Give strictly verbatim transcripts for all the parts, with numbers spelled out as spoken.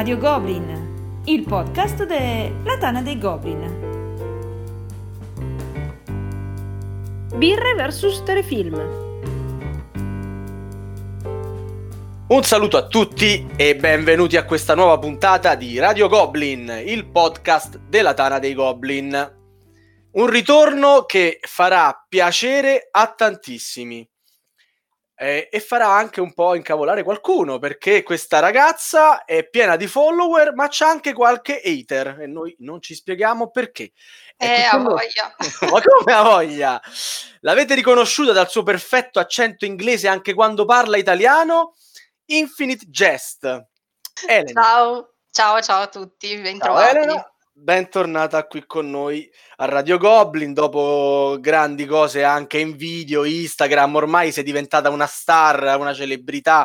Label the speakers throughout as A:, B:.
A: Radio Goblin, il podcast della Tana dei Goblin. Birre versus telefilm.
B: Un saluto a tutti e benvenuti a questa nuova puntata di Radio Goblin, il podcast della Tana dei Goblin. Un ritorno che farà piacere a tantissimi eh, e farà anche un po' incavolare qualcuno, perché questa ragazza è piena di follower ma c'ha anche qualche hater e noi non ci spieghiamo perché.
C: Eh, ha voglia.
B: Ma come ha voglia? L'avete riconosciuta dal suo perfetto accento inglese anche quando parla italiano? Infinite Jest. Elena.
C: Ciao, ciao, ciao a tutti, bentrovati.
B: Ciao Elena, bentornata qui con noi a Radio Goblin dopo grandi cose anche in video, Instagram, ormai sei diventata una star, una celebrità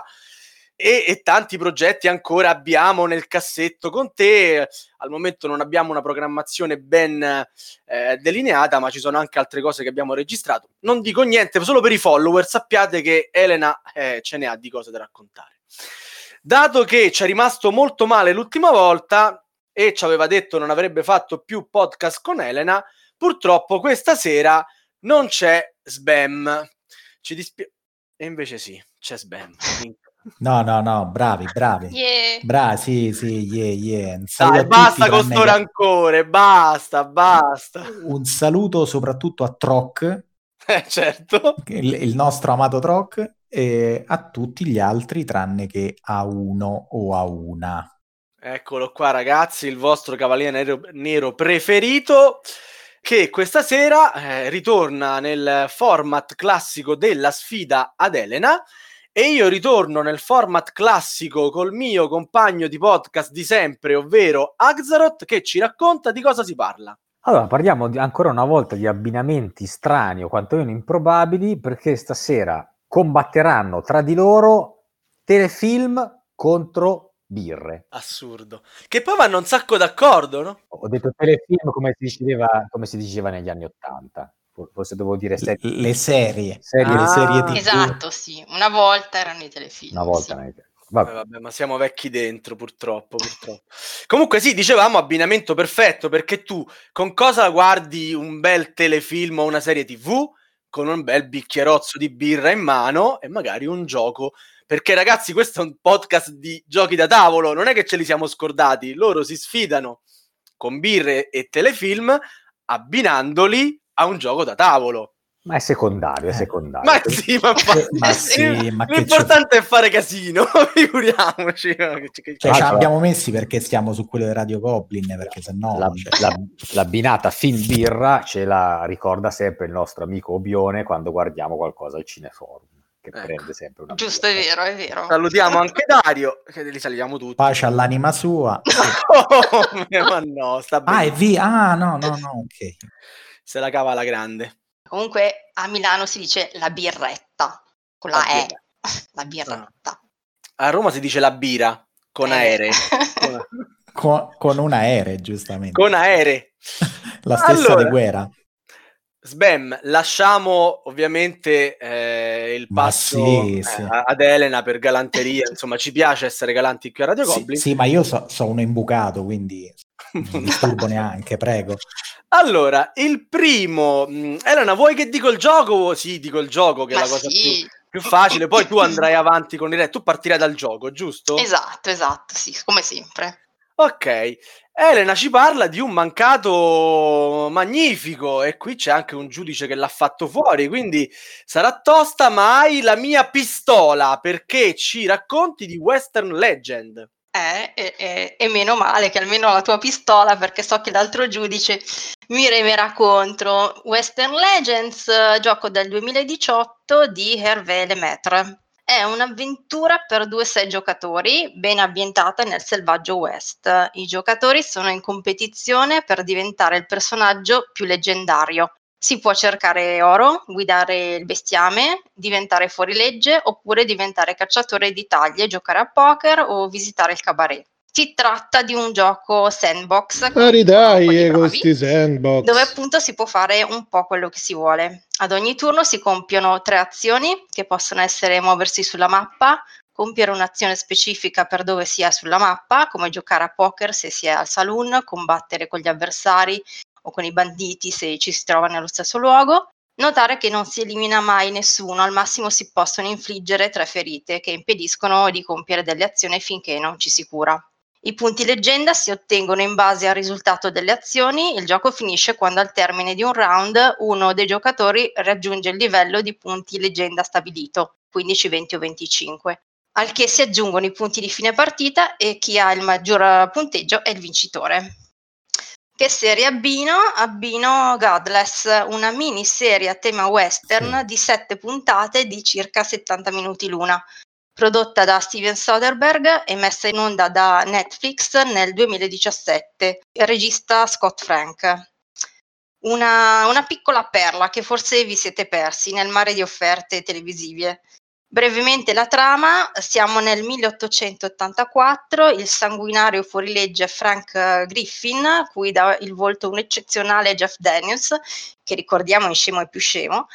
B: e, e tanti progetti ancora abbiamo nel cassetto con te. Al momento non abbiamo una programmazione ben eh, delineata, ma ci sono anche altre cose che abbiamo registrato. Non dico niente, solo per i follower sappiate che Elena eh, ce ne ha di cose da raccontare. Dato che ci è rimasto molto male l'ultima volta e ci aveva detto non avrebbe fatto più podcast con Elena, purtroppo questa sera non c'è Sbam. Ci dispiace. E invece sì, c'è Sbam.
D: No, no, no, bravi, bravi.
C: Yeah.
D: Bravi, sì, sì, yeah, yeah.
B: Dai, basta con sto rancore, basta, basta.
D: Un saluto soprattutto a Troc,
B: eh, certo.
D: il, il nostro amato Troc, e a tutti gli altri tranne che a uno o a una.
B: Eccolo qua ragazzi, il vostro cavaliere nero, nero preferito, che questa sera eh, ritorna nel format classico della sfida ad Elena e io ritorno nel format classico col mio compagno di podcast di sempre, ovvero Axaroth, che ci racconta di cosa si parla.
E: Allora, parliamo di, ancora una volta di abbinamenti strani o quantomeno improbabili, perché stasera combatteranno tra di loro telefilm contro birre.
B: Assurdo. Che poi vanno un sacco d'accordo, no?
E: Ho detto telefilm come si diceva, come si diceva negli anni Ottanta. Forse dovevo dire serie.
D: Le serie.
E: serie,
B: ah,
E: le serie tivù.
C: Esatto, sì. Una volta erano i telefilm.
E: Una volta
C: sì.
E: nei telefilm.
B: Vabbè. Eh, vabbè, ma siamo vecchi dentro, purtroppo, purtroppo. Comunque sì, dicevamo abbinamento perfetto, perché tu con cosa guardi un bel telefilm o una serie tivù? Con un bel bicchierozzo di birra in mano e magari un gioco. Perché ragazzi, questo è un podcast di giochi da tavolo, non è che ce li siamo scordati, loro si sfidano con birre e telefilm abbinandoli a un gioco da tavolo.
E: Ma è secondario, è secondario.
B: Ma sì, ma, fa...
D: ma sì, ma
B: l'importante è fare casino, figuriamoci.
D: Cioè, ci abbiamo messi perché stiamo su quello di Radio Goblin, perché sennò
E: la, la, l'abbinata film birra ce la ricorda sempre il nostro amico Obione quando guardiamo qualcosa al Cineforum. Che ecco. Prende sempre una
C: giusto, birra. È vero, è vero.
B: Salutiamo anche Dario, che li salutiamo tutti.
D: Pace all'anima sua.
B: oh, ma no, sta bene.
D: Ah, è via. Ah, no, no, no, ok.
B: Se la cava alla grande.
C: Comunque a Milano si dice la birretta, con la, la E, la birretta.
B: A Roma si dice la bira, con eh. aeree.
D: con, con un aereo, giustamente.
B: Con aeree.
D: La stessa allora, di guerra.
B: Sbam, lasciamo ovviamente eh, il passo
D: sì,
B: eh,
D: sì.
B: ad Elena per galanteria, insomma ci piace essere galanti qui a Radio Goblin.
D: Sì, sì, ma io so, so uno imbucato, quindi non disturbo neanche, prego.
B: Allora, il primo, mh, Elena, vuoi che dico il gioco? Sì, dico il gioco, che
C: ma
B: è la cosa
C: sì.
B: più, più facile, poi tu andrai avanti con il re, tu partirai dal gioco, giusto?
C: Esatto, esatto, sì, come sempre.
B: Ok, Elena ci parla di un mancato magnifico e qui c'è anche un giudice che l'ha fatto fuori, quindi sarà tosta, ma hai la mia pistola perché ci racconti di Western Legend.
C: Eh, e, e, e meno male che almeno ho la tua pistola, perché so che l'altro giudice mi remerà contro. Western Legends, gioco del duemiladiciotto di Hervé Lemaitre. È un'avventura per due sei giocatori, ben ambientata nel selvaggio West. I giocatori sono in competizione per diventare il personaggio più leggendario. Si può cercare oro, guidare il bestiame, diventare fuorilegge oppure diventare cacciatore di taglie, giocare a poker o visitare il cabaret. Si tratta di un gioco sandbox,
F: dai, questi sandbox,
C: dove appunto si può fare un po' quello che si vuole. Ad ogni turno si compiono tre azioni che possono essere muoversi sulla mappa, compiere un'azione specifica per dove si è sulla mappa, come giocare a poker se si è al saloon, combattere con gli avversari o con i banditi se ci si trova nello stesso luogo. Notare che non si elimina mai nessuno, al massimo si possono infliggere tre ferite che impediscono di compiere delle azioni finché non ci si cura. I punti leggenda si ottengono in base al risultato delle azioni. Il gioco finisce quando al termine di un round uno dei giocatori raggiunge il livello di punti leggenda stabilito, quindici, venti o venticinque, al che si aggiungono i punti di fine partita e chi ha il maggior punteggio è il vincitore. Che serie abbino? Abbino Godless, una miniserie a tema western
D: Sì.
C: di sette puntate di circa settanta minuti l'una, prodotta da Steven Soderbergh e messa in onda da Netflix nel duemiladiciassette, il regista Scott Frank. Una, una piccola perla che forse vi siete persi nel mare di offerte televisive. Brevemente la trama: siamo nel milleottocentottantaquattro, il sanguinario fuorilegge Frank Griffin, cui dà il volto un eccezionale Jeff Daniels, che ricordiamo è scemo e più scemo.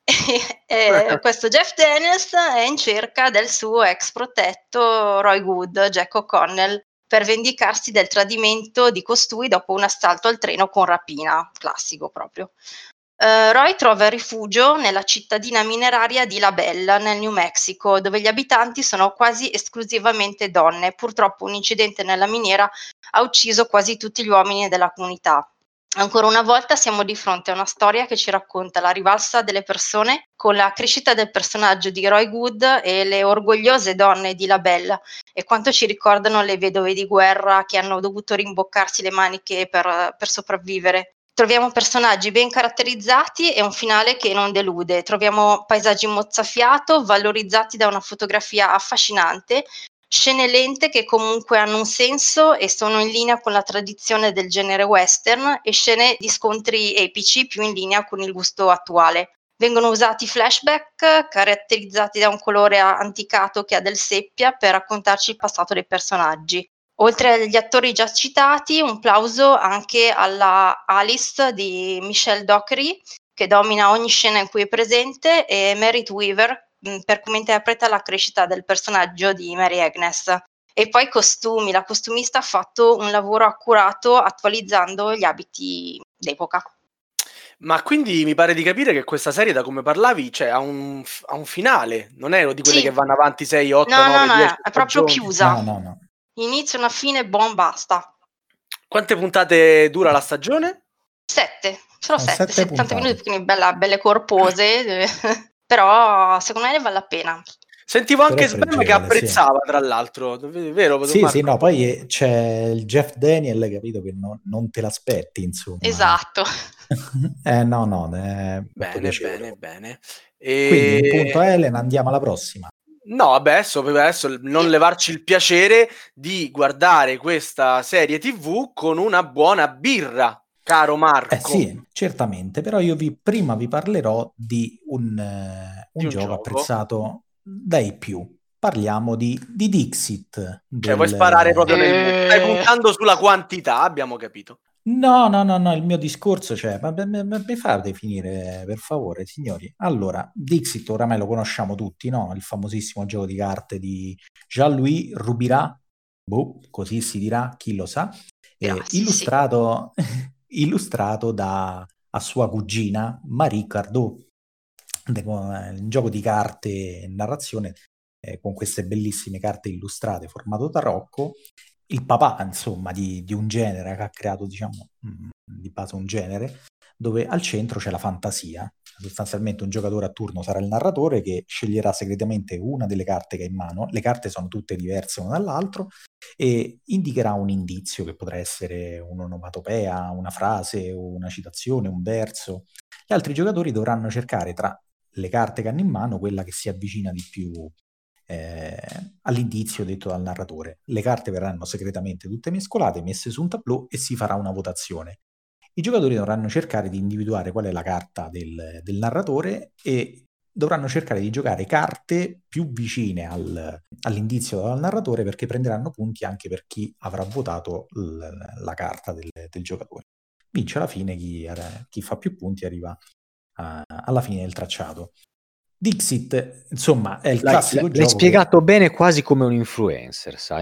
C: E questo Jeff Daniels è in cerca del suo ex protetto Roy Good, Jack O'Connell, per vendicarsi del tradimento di costui dopo un assalto al treno con rapina, classico proprio. Uh, Roy trova rifugio nella cittadina mineraria di La Bella, nel New Mexico, dove gli abitanti sono quasi esclusivamente donne. Purtroppo un incidente nella miniera ha ucciso quasi tutti gli uomini della comunità. Ancora una volta siamo di fronte a una storia che ci racconta la rivalsa delle persone con la crescita del personaggio di Roy Good e le orgogliose donne di La Bella, e quanto ci ricordano le vedove di guerra che hanno dovuto rimboccarsi le maniche per, per sopravvivere. Troviamo personaggi ben caratterizzati e un finale che non delude. Troviamo paesaggi mozzafiato, valorizzati da una fotografia affascinante, scene lente che comunque hanno un senso e sono in linea con la tradizione del genere western, e scene di scontri epici più in linea con il gusto attuale. Vengono usati flashback caratterizzati da un colore anticato che ha del seppia per raccontarci il passato dei personaggi. Oltre agli attori già citati, un plauso anche alla Alice di Michelle Dockery, che domina ogni scena in cui è presente, e Merit Weaver mh, per come interpreta la crescita del personaggio di Mary Agnes. E poi i costumi, la costumista ha fatto un lavoro accurato attualizzando gli abiti d'epoca.
B: Ma quindi mi pare di capire che questa serie, da come parlavi, cioè, ha un, ha un finale, non è di quelle
C: Sì.
B: che vanno avanti sei, otto,
C: No,
B: nove,
C: no, no,
B: dieci
C: è proprio
B: stagioni?
C: chiusa.
D: No, no, no.
C: Inizio, una fine, buon, basta.
B: Quante puntate dura la stagione?
C: Sette, sono
D: Sono
C: sette,
D: sette
C: settanta
D: puntate.
C: minuti, quindi bella, belle corpose, però secondo me ne vale la pena.
B: Sentivo anche
D: Però
B: Sven che
D: pregevole,
B: apprezzava, tra l'altro, vero?
D: Sì,
B: Marco?
D: sì, no, poi eh, c'è il Jeff Daniel, capito, che non, non te l'aspetti, insomma.
C: Esatto.
D: eh, no, no, è molto
B: Bene,
D: piacevole.
B: bene, bene.
D: Quindi, in
B: E...
D: punto Elena, andiamo alla prossima.
B: No, vabbè, adesso, adesso non
C: Sì.
B: levarci il piacere di guardare questa serie tivù con una buona birra, caro Marco.
D: Eh sì, certamente, però io vi, prima vi parlerò di un, eh, un,
B: Di un
D: gioco,
B: gioco.
D: apprezzato dai più. Parliamo di, di Dixit.
B: Cioè,
D: del-
B: vuoi sparare proprio nel...
C: Eh.
B: Stai puntando sulla quantità, abbiamo capito.
D: No, no, no, no, il mio discorso c'è, ma mi fate finire, per favore, signori. Allora, Dixit oramai lo conosciamo tutti, no? Il famosissimo gioco di carte di Jean-Louis Roubira, boh, così si dirà, chi lo sa, eh,
C: Grazie,
D: illustrato, illustrato da a sua cugina Marie Cardot. De- Un gioco di carte e narrazione eh, con queste bellissime carte illustrate, formato tarocco. Il papà, insomma, di, di un genere che ha creato, diciamo, mh, di base un genere, dove al centro c'è la fantasia. Sostanzialmente un giocatore a turno sarà il narratore che sceglierà segretamente una delle carte che ha in mano. Le carte sono tutte diverse una dall'altro e indicherà un indizio che potrà essere un'onomatopea, una frase, una citazione, un verso. Gli altri giocatori dovranno cercare tra le carte che hanno in mano quella che si avvicina di più Eh, all'indizio detto dal narratore. Le carte verranno segretamente tutte mescolate, messe su un tableau e si farà una votazione. I giocatori dovranno cercare di individuare qual è la carta del, del narratore e dovranno cercare di giocare carte più vicine al, all'indizio dal narratore, perché prenderanno punti anche per chi avrà votato l, la carta del, del giocatore. Vince alla fine chi, chi fa più punti, arriva a, alla fine del tracciato. Dixit, insomma, è il
E: L'hai,
D: classico
E: l'hai
D: gioco
E: spiegato
D: che...
E: bene quasi come un influencer, sai?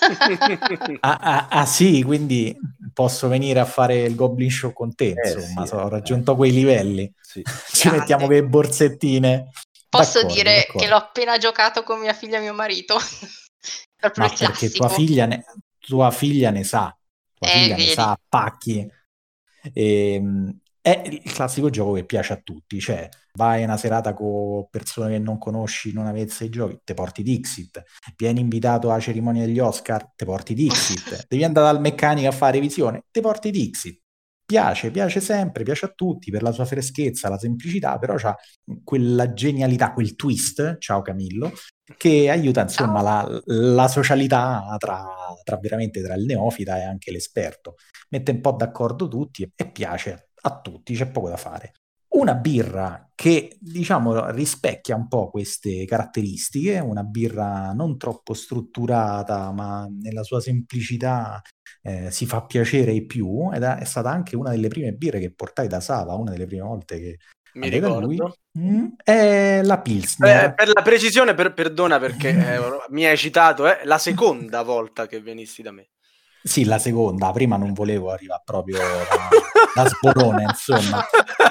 D: ah, ah, ah sì, quindi posso venire a fare il Goblin Show con te,
E: Eh,
D: insomma,
E: sì,
D: so, ho
E: eh.
D: raggiunto quei livelli.
E: Sì.
D: Ci mettiamo
C: Grande.
D: che borsettine.
C: Posso
D: D'accordo,
C: dire
D: d'accordo.
C: che l'ho appena giocato con mia figlia e mio marito. Proprio
D: Ma
C: il
D: perché tua
C: classico.
D: figlia ne, tua figlia ne sa, tua
C: Eh,
D: figlia ne
C: vedi.
D: sa a pacchi. Ehm, è il classico gioco che piace a tutti, cioè vai a una serata con persone che non conosci, non avesse i giochi, te porti Dixit, vieni invitato alla cerimonia degli Oscar, te porti Dixit, devi andare dal meccanico a fare revisione, te porti Dixit. Piace, piace sempre, piace a tutti per la sua freschezza, la semplicità, però c'ha quella genialità, quel twist, ciao Camillo, che aiuta insomma la, la socialità tra, tra veramente tra il neofita e anche l'esperto. Mette un po' d'accordo tutti e, e piace a tutti, c'è poco da fare. Una birra che diciamo rispecchia un po' queste caratteristiche, una birra non troppo strutturata, ma nella sua semplicità eh, si fa piacere ai più, ed è, è stata anche una delle prime birre che portai da Sava, una delle prime volte che
B: Mi
D: andai da lui.
B: ricordo.
D: Mm, è la Pilsner.
B: Eh, per la precisione, per, perdona perché eh, mi hai citato, è eh, la seconda volta che venissi da me.
D: Sì, la seconda, prima non volevo arrivare proprio da, da sborone, insomma.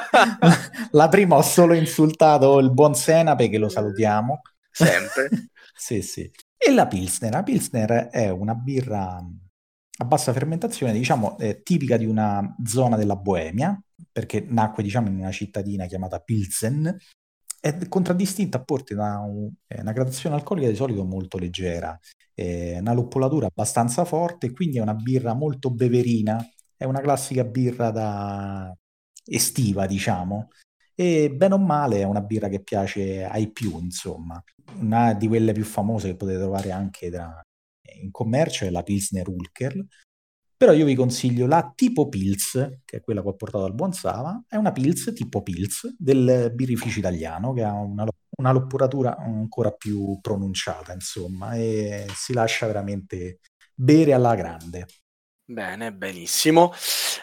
D: La prima ho solo insultato il buon Senape, che lo salutiamo.
B: Sempre.
D: Sì, sì. E la Pilsner. La Pilsner è una birra a bassa fermentazione, diciamo, eh, tipica di una zona della Boemia, perché nacque, diciamo, in una cittadina chiamata Pilsen, è contraddistinta appunto da un, eh, una gradazione alcolica di solito molto leggera, eh, una luppolatura abbastanza forte, quindi è una birra molto beverina, è una classica birra da estiva, diciamo, e bene o male è una birra che piace ai più, insomma. Una di quelle più famose che potete trovare anche da, in commercio è la Pilsner Urquell, però io vi consiglio la tipo Pils, che è quella che ho portato al buon Sava, è una Pils tipo Pils del birrificio italiano, che ha una, una loppuratura ancora più pronunciata, insomma, e si lascia veramente bere alla grande.
B: Bene, benissimo.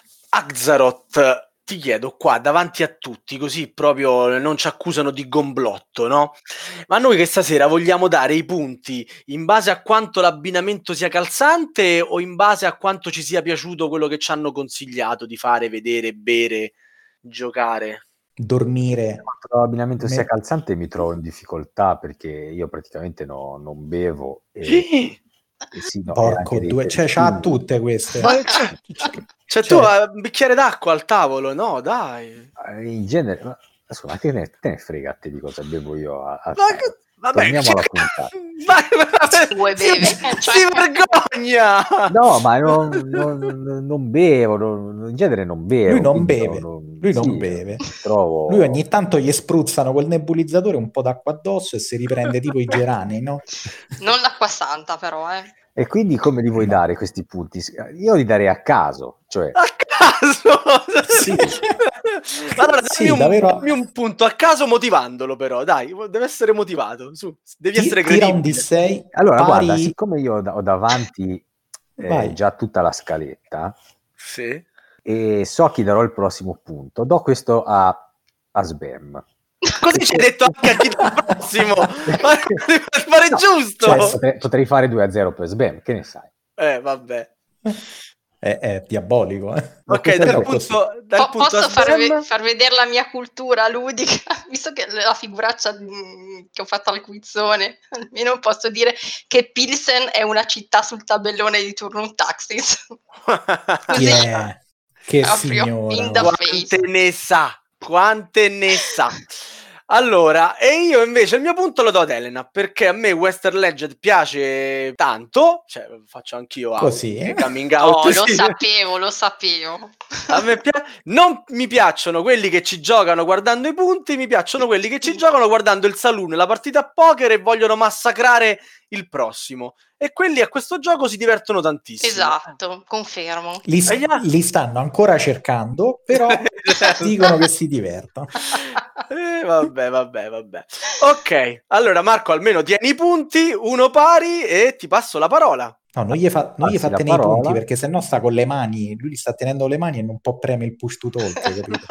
B: Axaroth, ti chiedo qua davanti a tutti, così proprio non ci accusano di gomblotto, no? Ma noi che stasera vogliamo dare i punti in base a quanto l'abbinamento sia calzante o in base a quanto ci sia piaciuto quello che ci hanno consigliato di fare, vedere, bere, giocare?
D: Dormire.
E: Quanto l'abbinamento
D: Me-
E: sia calzante mi trovo in difficoltà perché io praticamente no, non bevo e,
B: Sì.
E: e sì, no, e
D: Porco
E: anche dei
D: due, cioè c'ha tutte queste.
B: Ma c'è, cioè,
D: Cioè-
B: tu hai un bicchiere d'acqua al tavolo, no? Dai.
E: in genere, ma, insomma, te ne, te ne frega a te di cosa bevo io a, a
B: Ma
E: tavola.
B: che- vabbè,
E: Torniamo
B: cioè-
E: alla puntata.
B: Vai,
C: Due
B: si,
C: bevi,
B: si
C: cioè-
B: vergogna.
E: No, ma non, non, non bevo, non- in genere non bevo.
D: Lui non
E: quindi
D: beve,
E: non-
D: lui non
E: sì,
D: beve.
E: Trovo...
D: Lui ogni tanto gli spruzzano col nebulizzatore un po' d'acqua addosso e si riprende tipo i gerani, no?
C: Non l'acqua santa, però, eh.
E: E quindi come li vuoi
D: No.
E: dare questi punti? Io li darei a caso, cioè
B: A caso.
D: Sì.
B: Allora, dammi,
D: Sì,
B: un,
D: davvero.
B: dammi un punto a caso motivandolo, però, dai, deve essere motivato. Su, devi
D: Ti-
B: essere
D: tira un
B: credibile.
D: D sei.
E: allora
D: pari...
E: guarda, siccome io ho, da- ho davanti eh,
D: Vai.
E: già tutta la scaletta
B: Sì.
E: e so a chi darò il prossimo punto, do questo a, a Sbam.
B: Così ci hai detto anche a chi il prossimo. Ma devi fare
E: No,
B: giusto.
E: cioè, potrei, potrei fare due a zero per Sbam, che ne sai?
B: Eh, vabbè.
D: È, è diabolico, eh?
B: Ok,
D: Questo
B: dal
D: gioco è così.
B: punto, dal
C: Po-
B: punto
C: posso
B: a
C: far, ve-
B: Sbam.
C: far vedere la mia cultura ludica, visto che la figuraccia mm, che ho fatto al quizzone, almeno posso dire che Pilsen è una città sul tabellone di Turnum Taxis. Così,
D: Yeah. Che
C: proprio
D: signora.
C: in the
B: Quante
C: face.
B: ne sa, quante ne sa. Allora, e io invece il mio punto lo do ad Elena, perché a me Western Legend piace tanto, cioè faccio anch'io out,
D: Così,
B: eh,
D: eh?
B: coming out,
C: Oh, lo
B: sì.
C: sapevo, lo sapevo.
B: A me pia- non mi piacciono quelli che ci giocano guardando i punti, mi piacciono quelli che ci giocano guardando il saloon, la partita a poker e vogliono massacrare il prossimo. E quelli a questo gioco si divertono tantissimo.
C: Esatto, confermo.
D: Li,
B: E gli altri?
D: li stanno ancora cercando, però dicono che si divertono.
B: Eh, vabbè, vabbè, vabbè. Ok, allora Marco, almeno tieni i punti, uno pari e ti passo la parola.
D: No, non gli fa, non gli fa
E: Passi la
D: tenere i punti
E: parola.
D: perché sennò sta con le mani, lui gli sta tenendo le mani e non può premere il push to talk, capito?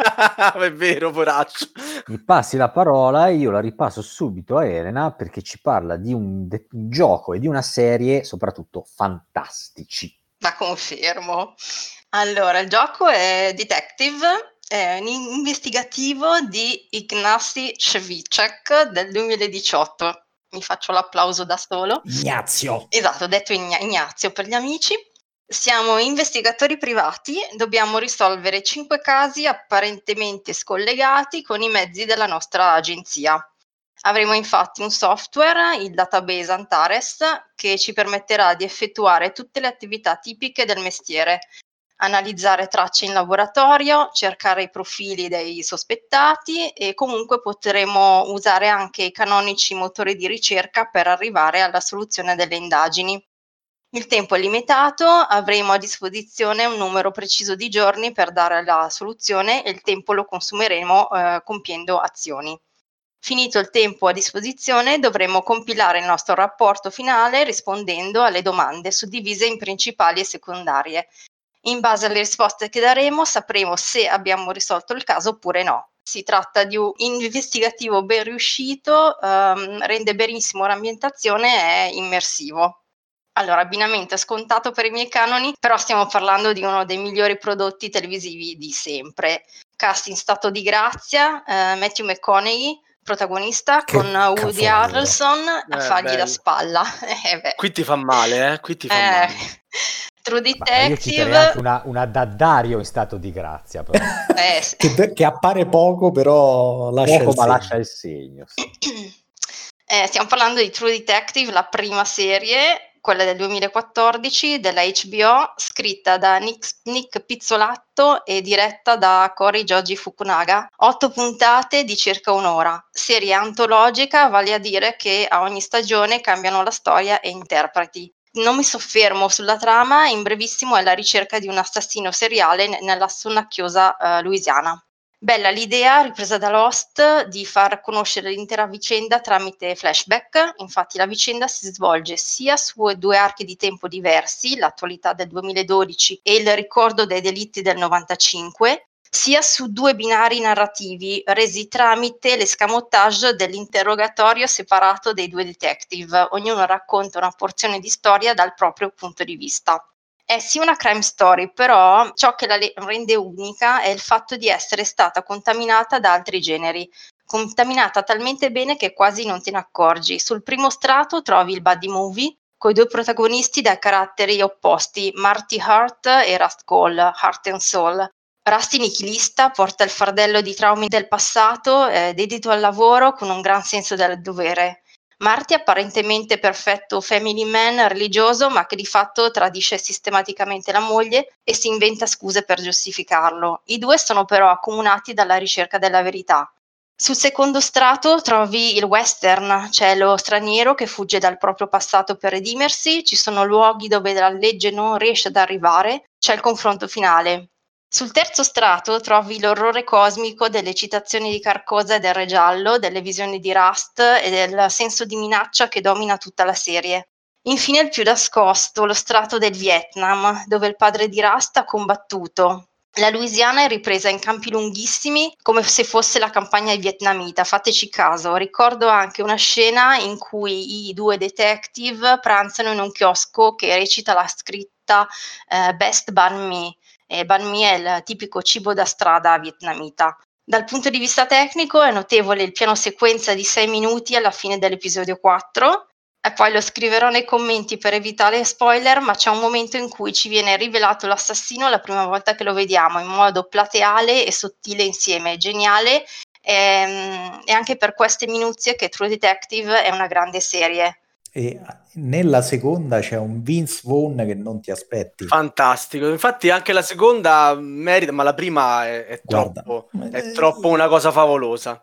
B: È vero, poraccio.
E: Mi passi la parola e io la ripasso subito a Elena perché ci parla di un, de- un gioco e di una serie soprattutto fantastici.
C: Ma confermo. Allora, il gioco è Detective, è un investigativo di Ignacy Cevicek del duemiladiciotto. Mi faccio l'applauso da solo.
D: Ignazio!
C: Esatto, detto Igna- Ignazio per gli amici. Siamo investigatori privati, dobbiamo risolvere cinque casi apparentemente scollegati con i mezzi della nostra agenzia. Avremo infatti un software, il database Antares, che ci permetterà di effettuare tutte le attività tipiche del mestiere, analizzare tracce in laboratorio, cercare i profili dei sospettati e comunque potremo usare anche i canonici motori di ricerca per arrivare alla soluzione delle indagini. Il tempo è limitato, avremo a disposizione un numero preciso di giorni per dare la soluzione e il tempo lo consumeremo eh, compiendo azioni. Finito il tempo a disposizione, dovremo compilare il nostro rapporto finale rispondendo alle domande suddivise in principali e secondarie. In base alle risposte che daremo, sapremo se abbiamo risolto il caso oppure no. Si tratta di un investigativo ben riuscito, ehm, rende benissimo l'ambientazione, è immersivo. Allora, abbinamento è scontato per i miei canoni, però stiamo parlando di uno dei migliori prodotti televisivi di sempre. Cast in stato di grazia, eh, Matthew McConaughey, protagonista,
D: Che
C: con Woody
D: capolavoro.
C: Harrelson a
B: Eh,
C: fargli da
B: bello.
C: spalla. Eh, beh.
B: Qui ti fa male, eh? Qui ti fa
C: Eh,
B: male.
C: True
E: Ma io citerei anche
C: Detective.
E: una, una Daddario in stato di grazia, però.
C: Eh, sì.
D: che, che appare poco, però lascia
E: Poco
D: il
E: ma
D: segno.
E: lascia il segno. Sì.
C: Eh, stiamo parlando di True Detective, la prima serie, quella del duemilaquattordici della H B O, scritta da Nick, Nick Pizzolatto e diretta da Cory Joji Fukunaga. Otto puntate di circa un'ora. Serie antologica, vale a dire che a ogni stagione cambiano la storia e interpreti. Non mi soffermo sulla trama, in brevissimo è la ricerca di un assassino seriale n- nella sonnacchiosa eh, Louisiana. Bella l'idea, ripresa da Lost, di far conoscere l'intera vicenda tramite flashback. Infatti la vicenda si svolge sia su due archi di tempo diversi, l'attualità del duemiladodici e il ricordo dei delitti del novantacinque, sia su due binari narrativi resi tramite l'escamotage dell'interrogatorio separato dei due detective. Ognuno racconta una porzione di storia dal proprio punto di vista. È sì una crime story, però ciò che la le- rende unica è il fatto di essere stata contaminata da altri generi, contaminata talmente bene che quasi non te ne accorgi. Sul primo strato trovi il buddy movie, con i due protagonisti dai caratteri opposti, Marty Hart e Rust Cole, Heart and Soul. Rusty nichilista, porta il fardello di traumi del passato, eh, dedito al lavoro con un gran senso del dovere. Marty apparentemente perfetto family man religioso, ma che di fatto tradisce sistematicamente la moglie e si inventa scuse per giustificarlo. I due sono però accomunati dalla ricerca della verità. Sul secondo strato trovi il western, c'è lo straniero che fugge dal proprio passato per redimersi, ci sono luoghi dove la legge non riesce ad arrivare, c'è il confronto finale. Sul terzo strato trovi l'orrore cosmico delle citazioni di Carcosa e del Re Giallo, delle visioni di Rust e del senso di minaccia che domina tutta la serie. Infine il più nascosto, lo strato del Vietnam, dove il padre di Rust ha combattuto. La Louisiana è ripresa in campi lunghissimi come se fosse la campagna vietnamita, fateci caso. Ricordo anche una scena in cui i due detective pranzano in un chiosco che recita la scritta eh, Best Banh Mi. E banh mi è il tipico cibo da strada vietnamita. Dal punto di vista tecnico è notevole il piano sequenza di sei minuti alla fine dell'episodio quattro, e poi lo scriverò nei commenti per evitare spoiler, ma c'è un momento in cui ci viene rivelato l'assassino la prima volta che lo vediamo, in modo plateale e sottile insieme, è geniale, e, e anche per queste minuzie che True Detective è una grande serie.
D: E nella seconda c'è un Vince Vaughn che non ti aspetti.
B: Fantastico, infatti anche la seconda merita, ma la prima è, è
D: Guarda,
B: troppo, è
D: eh,
B: troppo una cosa favolosa.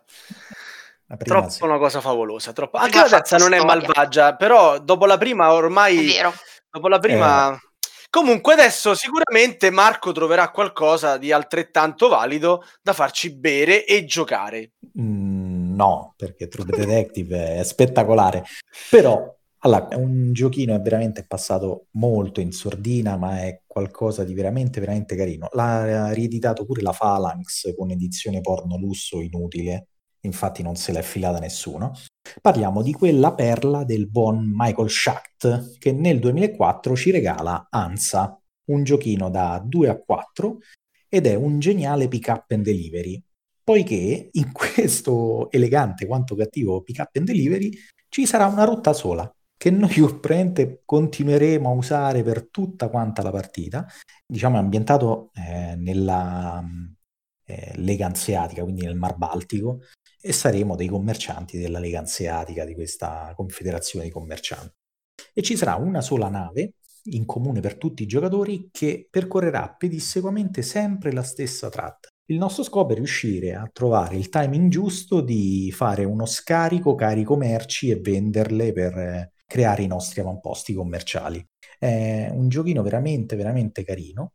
D: La prima
B: Troppo
D: sì.
B: una cosa favolosa, troppo. Anche
C: Ma
B: la
C: fa
B: terza non è
C: storia.
B: malvagia, però dopo la prima
C: È
B: ormai,
C: vero.
B: dopo la prima...
D: Eh.
B: Comunque adesso sicuramente Marco troverà qualcosa di altrettanto valido da farci bere e giocare.
D: Mm, no, perché True Detective è spettacolare. Però Allora, è un giochino, è veramente passato molto in sordina, ma è qualcosa di veramente, veramente carino. L'ha rieditato pure la Phalanx con edizione porno lusso inutile, infatti non se l'è filata nessuno. Parliamo di quella perla del buon Michael Schacht, che nel duemilaquattro ci regala Ansa, un giochino da due a quattro, ed è un geniale pick up and delivery, poiché in questo elegante quanto cattivo pick up and delivery ci sarà una rotta sola, che noi probabilmente continueremo a usare per tutta quanta la partita. Diciamo è ambientato eh, nella eh, Lega Anseatica, quindi nel Mar Baltico, e saremo dei commercianti della Lega Anseatica, di questa confederazione di commercianti. E ci sarà una sola nave in comune per tutti i giocatori che percorrerà pedissequamente sempre la stessa tratta. Il nostro scopo è riuscire a trovare il timing giusto di fare uno scarico, carico merci e venderle per eh, creare i nostri avamposti commerciali. È un giochino veramente, veramente carino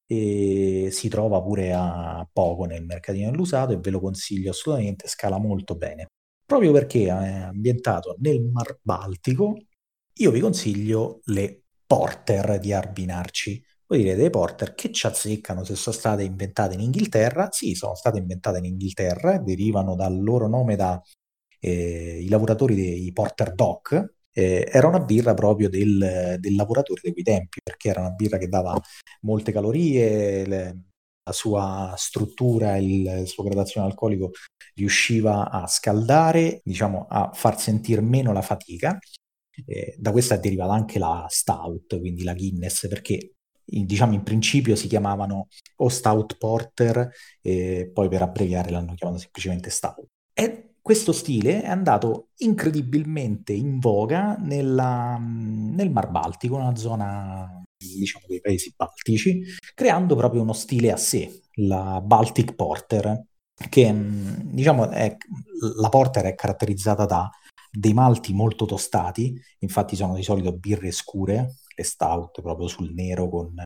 D: e si trova pure a poco nel mercatino dell'usato e ve lo consiglio assolutamente, scala molto bene. Proprio perché è ambientato nel Mar Baltico, io vi consiglio le Porter di Arbinarci. Voi direte, le Porter che ci azzeccano se sono state inventate in Inghilterra? Sì, sono state inventate in Inghilterra, derivano dal loro nome da eh, i lavoratori dei Porter Dock. Eh, era una birra proprio del, del lavoratore di quei tempi, perché era una birra che dava molte calorie, le, la sua struttura, il, il suo gradazione alcolico riusciva a scaldare, diciamo a far sentire meno la fatica. Eh, da questa è derivata anche la Stout, quindi la Guinness, perché in, diciamo in principio si chiamavano o Stout Porter e poi per abbreviare l'hanno chiamato semplicemente Stout. E questo stile è andato incredibilmente in voga nella, nel Mar Baltico, una zona diciamo dei paesi baltici, creando proprio uno stile a sé, la Baltic Porter, che diciamo è, la Porter è caratterizzata da dei malti molto tostati, infatti sono di solito birre scure, le stout proprio sul nero, con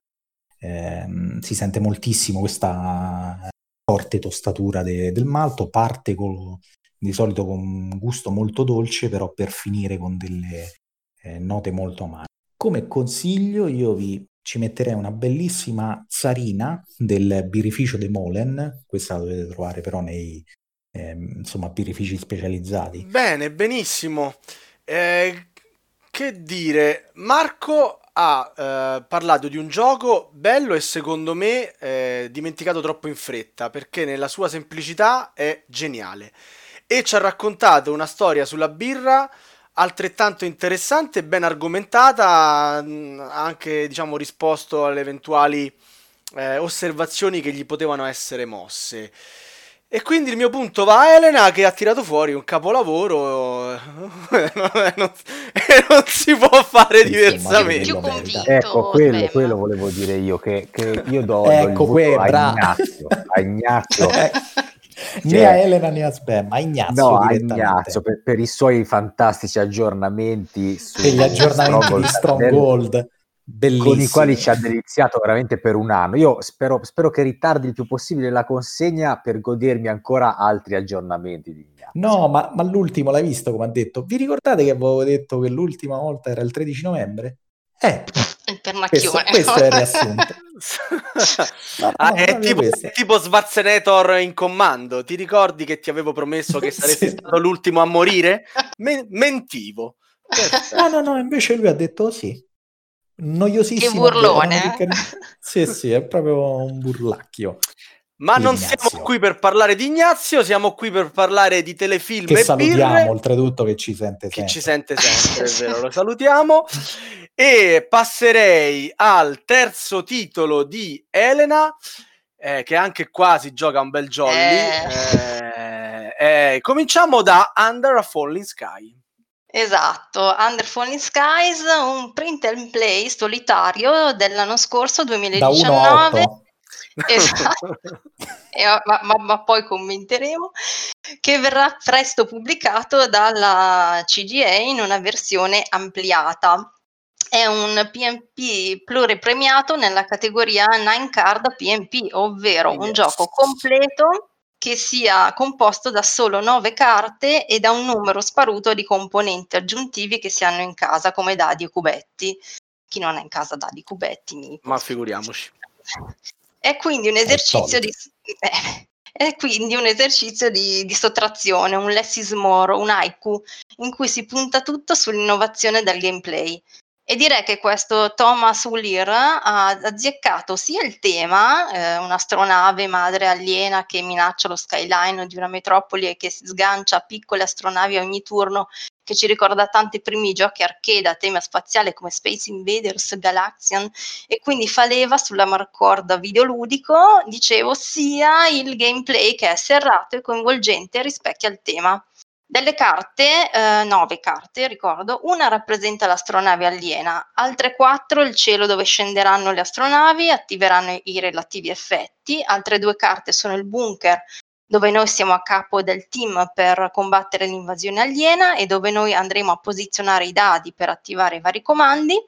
D: ehm, si sente moltissimo questa forte tostatura de, del malto, parte con, di solito con un gusto molto dolce, però per finire con delle eh, note molto amare. Come consiglio io vi ci metterei una bellissima Zarina del birrificio De Molen, questa la dovete trovare però nei Eh, insomma birrifici specializzati.
B: Bene, benissimo. Eh, che dire, Marco ha eh, parlato di un gioco bello e secondo me eh, dimenticato troppo in fretta, perché nella sua semplicità è geniale e ci ha raccontato una storia sulla birra altrettanto interessante e ben argomentata, ha anche diciamo risposto alle eventuali eh, osservazioni che gli potevano essere mosse. E quindi il mio punto va a Elena, che ha tirato fuori un capolavoro e non, non si può fare diversamente.
C: Più convinto,
E: ecco, quello,
C: Sven.
E: quello volevo dire io, che, che io do,
D: ecco
E: do il voto a
D: bra-
E: Ignazio, a Ignazio.
D: Né
E: Cioè,
D: a Elena né a Sven, ma a Ignazio
E: no, a
D: direttamente.
E: Ignazio per, per i suoi fantastici aggiornamenti su
D: Per gli aggiornamenti
E: Stronghold,
D: di Stronghold, bellissimi,
E: con i quali ci ha deliziato veramente per un anno. Io spero, spero che ritardi il più possibile la consegna per godermi ancora altri aggiornamenti di Ignazio.
D: No, ma, ma l'ultimo l'hai visto come ha detto? Vi ricordate che avevo detto che l'ultima volta era il tredici novembre? Eh,
C: Il pernacchione.
D: questo, questo è il riassunto. No,
B: Ah,
D: no,
B: è,
D: proprio
B: tipo,
D: questo.
B: è tipo Schwarzenegger in comando. Ti ricordi che ti avevo promesso che saresti
D: Sì.
B: stato l'ultimo a morire? Men- mentivo.
D: No, no, no, invece lui ha detto sì. Noiosissimo.
C: Che burlone,
D: erano
C: eh?
D: carini. Sì, sì, è proprio un burlacchio.
B: Ma non
D: Ignazio.
B: siamo qui per parlare di Ignazio, siamo qui per parlare di telefilm
D: Che
B: e
D: salutiamo,
B: birre.
D: oltretutto, che ci sente
B: Che
D: sempre.
B: ci sente sempre, è vero, lo salutiamo. E passerei al terzo titolo di Elena, eh, che anche qua si gioca un bel jolly.
C: Eh.
B: Eh, eh, cominciamo da Under a Falling Sky.
C: Esatto, Under Falling Skies, un print and play solitario dell'anno scorso,
D: Da uno a
C: duemiladiciannove.
D: otto.
C: Esatto. E, ma, ma, ma poi commenteremo, che verrà presto pubblicato dalla C G A in una versione ampliata. È un P M P pluripremiato nella categoria nine card P M P, ovvero un
B: Yes.
C: gioco completo che sia composto da solo nove carte e da un numero sparuto di componenti aggiuntivi che si hanno in casa, come dadi e cubetti. Chi non ha in casa dadi e cubetti, mi
B: Ma figuriamoci.
C: È quindi un esercizio di eh, è quindi un esercizio di, di sottrazione, un less is more, un haiku, in cui si punta tutto sull'innovazione del gameplay. E direi che questo Thomas Weir ha azzeccato sia il tema, eh, un'astronave madre aliena che minaccia lo skyline di una metropoli e che si sgancia a piccole astronavi a ogni turno, che ci ricorda tanti primi giochi arcade a tema spaziale come Space Invaders, Galaxian, e quindi fa leva sulla marcorda videoludico, dicevo, sia il gameplay che è serrato e coinvolgente e rispecchia il tema. Delle carte, eh, nove carte, ricordo, una rappresenta l'astronave aliena, altre quattro il cielo dove scenderanno le astronavi, attiveranno i relativi effetti, altre due carte sono il bunker, dove noi siamo a capo del team per combattere l'invasione aliena e dove noi andremo a posizionare i dadi per attivare i vari comandi.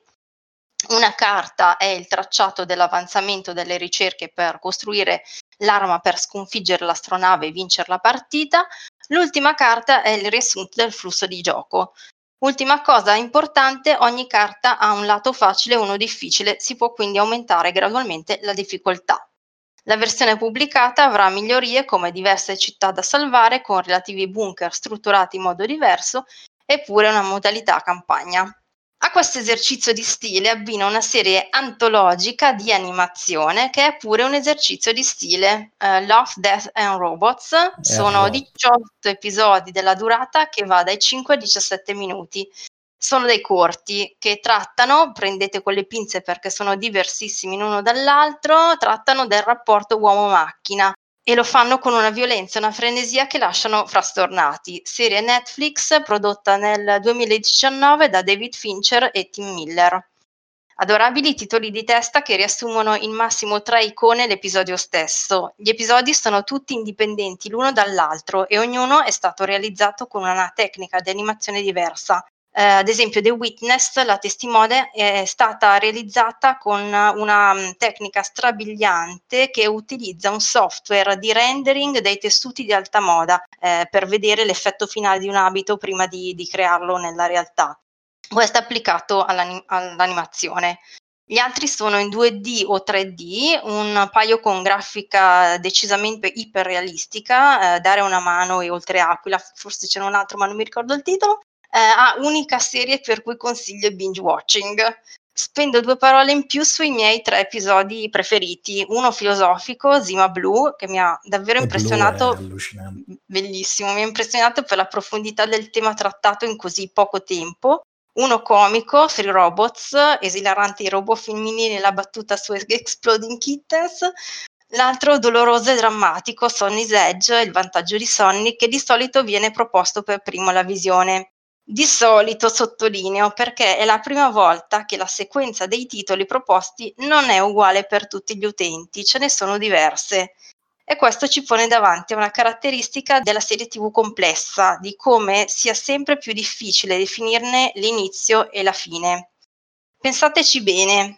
C: Una carta è il tracciato dell'avanzamento delle ricerche per costruire l'arma per sconfiggere l'astronave e vincere la partita. L'ultima carta è il riassunto del flusso di gioco. Ultima cosa importante, ogni carta ha un lato facile e uno difficile, si può quindi aumentare gradualmente la difficoltà. La versione pubblicata avrà migliorie come diverse città da salvare con relativi bunker strutturati in modo diverso eppure una modalità campagna. A questo esercizio di stile abbina una serie antologica di animazione che è pure un esercizio di stile. uh, Love, Death and Robots sono diciotto episodi della durata che va dai cinque ai diciassette minuti. Sono dei corti che trattano, prendete con le pinze perché sono diversissimi l'uno dall'altro, trattano del rapporto uomo-macchina e lo fanno con una violenza e una frenesia che lasciano frastornati. Serie Netflix prodotta nel duemiladiciannove da David Fincher e Tim Miller. Adorabili titoli di testa che riassumono in massimo tre icone l'episodio stesso. Gli episodi sono tutti indipendenti l'uno dall'altro e ognuno è stato realizzato con una tecnica di animazione diversa. Uh, ad esempio The Witness, la testimone, è stata realizzata con una um, tecnica strabiliante che utilizza un software di rendering dei tessuti di alta moda eh, per vedere l'effetto finale di un abito prima di, di crearlo nella realtà. Questo è applicato all'anim- all'animazione. Gli altri sono in due D o tre D, un paio con grafica decisamente iperrealistica, eh, Dare una mano e Oltre Aquila, forse c'è un altro ma non mi ricordo il titolo. Eh, ah, unica serie per cui consiglio il binge watching. Spendo due parole in più sui miei tre episodi preferiti. Uno filosofico, Zima Blue, che mi ha davvero
D: E
C: impressionato.
D: Blue è allucinante.
C: Bellissimo, mi ha impressionato per la profondità del tema trattato in così poco tempo. Uno comico, Free Robots, esilarante i robot femminili e la battuta su Exploding Kittens. L'altro doloroso e drammatico, Sonny's Edge, il vantaggio di Sonny, che di solito viene proposto per primo alla visione. Di solito sottolineo perché è la prima volta che la sequenza dei titoli proposti non è uguale per tutti gli utenti, ce ne sono diverse. E questo ci pone davanti a una caratteristica della serie tivù complessa, di come sia sempre più difficile definirne l'inizio e la fine. Pensateci bene.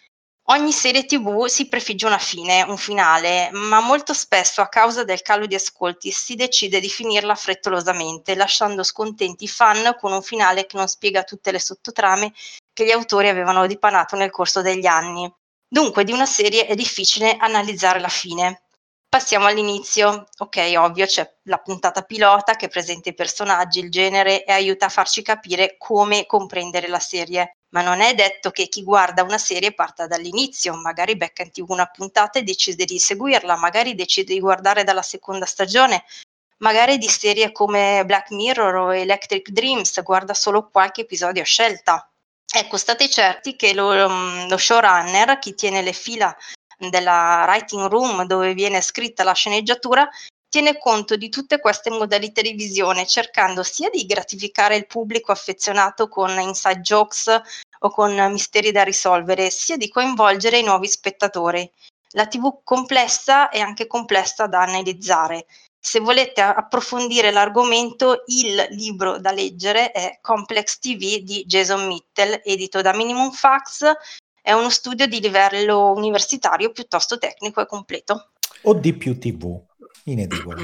C: Ogni serie tivù si prefigge una fine, un finale, ma molto spesso a causa del calo di ascolti si decide di finirla frettolosamente, lasciando scontenti i fan con un finale che non spiega tutte le sottotrame che gli autori avevano dipanato nel corso degli anni. Dunque di una serie è difficile analizzare la fine. Passiamo all'inizio. Ok, ovvio, c'è la puntata pilota che presenta i personaggi, il genere e aiuta a farci capire come comprendere la serie. Ma non è detto che chi guarda una serie parta dall'inizio, magari becca in tivù una puntata e decide di seguirla, magari decide di guardare dalla seconda stagione, magari di serie come Black Mirror o Electric Dreams guarda solo qualche episodio a scelta. Ecco, state certi che lo, lo showrunner, chi tiene le fila della writing room dove viene scritta la sceneggiatura, tiene conto di tutte queste modalità di visione, cercando sia di gratificare il pubblico affezionato con inside jokes o con misteri da risolvere, sia di coinvolgere i nuovi spettatori. La tivù complessa è anche complessa da analizzare. Se volete approfondire l'argomento, il libro da leggere è Complex T V di Jason Mitchell, edito da Minimum Fax. È uno studio di livello universitario piuttosto tecnico e completo.
D: O di più tivù. in edicolo.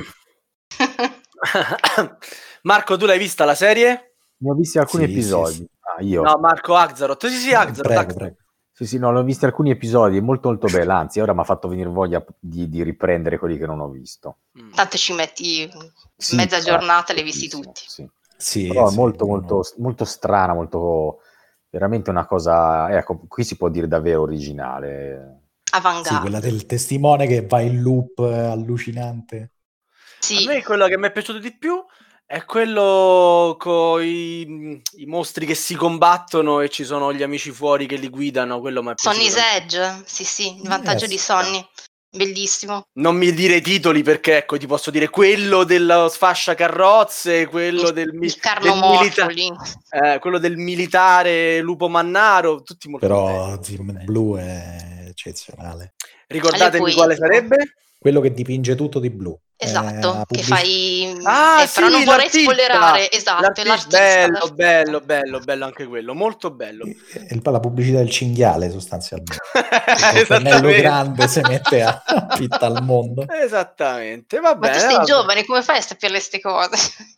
B: Marco, tu l'hai vista la serie?
E: Ne ho visti alcuni
D: Sì,
E: episodi.
D: sì, sì.
E: Ah, io.
B: No, Marco Axaroth. Sì, sì, Axaroth.
D: Prego,
B: Axaroth.
D: prego.
E: Sì, sì, no, l'ho visti alcuni episodi, è molto molto bella, anzi ora mi ha fatto venire voglia di, di riprendere quelli che non ho visto.
B: Mm.
C: Tanto ci metti
E: Sì,
C: mezza
E: infatti,
C: giornata, li hai visti
E: pochissimo,
C: tutti.
E: sì.
D: Sì,
E: Però è
D: sì,
E: molto,
D: no,
E: molto,
D: no.
E: molto strana, molto veramente una cosa, ecco, qui si può dire davvero originale.
D: Sì,
C: Avanguardia.
D: quella del testimone che va in loop eh, allucinante.
C: Sì.
B: A me quello che mi è piaciuto di più è quello con i, i mostri che si combattono e ci sono gli amici fuori che li guidano. Quello mi è piaciuto
C: Sonny's
B: tanto.
C: Edge, sì sì, il vantaggio
D: Eh,
C: di
D: sì.
C: Sonny, bellissimo.
B: Non mi dire i titoli perché ecco ti posso dire quello dello sfascia carrozze, quello
C: Il,
B: del, mi-
C: il
B: del
C: carnomorfo
B: milita-
C: lì.
B: eh, quello del militare Lupo Mannaro, tutti molto belli,
D: Però
B: molto
D: Zim
B: belli.
D: Blue è eccezionale.
B: Ricordatemi
C: Alle
B: quale
C: poetico.
B: sarebbe?
D: Quello che dipinge tutto di blu. Eh,
C: Esatto,
D: la
C: che
D: pubblic-
C: fai...
B: Ah,
C: eh, però
B: sì,
C: non vorrei
B: l'artista!
C: spoilerare, esatto, è
B: L'artista-
C: l'artista.
B: bello,
C: l'artista.
B: bello, bello, bello anche quello, molto bello.
D: è il- la pubblicità del cinghiale sostanzialmente. Il pennello
B: Esattamente.
D: grande si mette a fitta al mondo.
B: Esattamente, va
C: Ma
B: bene.
C: tu sei
B: va
C: giovane, come fai a sapere queste cose?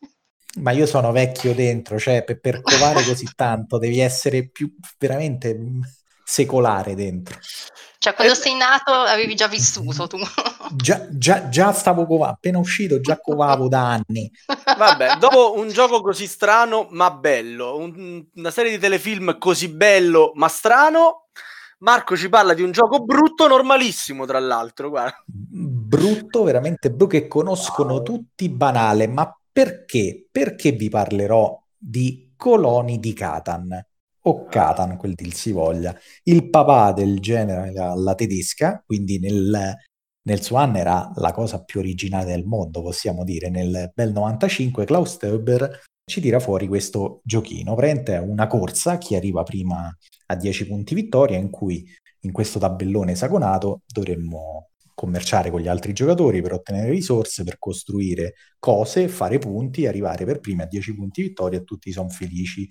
D: Ma io sono vecchio dentro, cioè per, per covare così tanto devi essere più veramente mm, secolare dentro.
C: Cioè, quando
B: Eh,
C: sei nato avevi già vissuto tu.
D: Già, già, già stavo covando, appena uscito già covavo da anni.
B: Vabbè, dopo un gioco così strano ma bello, un- una serie di telefilm così bello ma strano, Marco ci parla di un gioco brutto normalissimo, tra l'altro, guarda.
D: Brutto, veramente brutto, che conoscono tutti, banale, ma perché? Perché vi parlerò di Coloni di Catan, o Catan, quel dir si voglia. Il papà del genere alla tedesca, quindi nel, nel suo anno era la cosa più originale del mondo, possiamo dire, nel bel novantacinque Klaus Teuber ci tira fuori questo giochino, praticamente è una corsa, chi arriva prima a dieci punti vittoria, in cui in questo tabellone esagonato dovremmo commerciare con gli altri giocatori per ottenere risorse, per costruire cose, fare punti, arrivare per primi a dieci punti vittoria e tutti sono felici.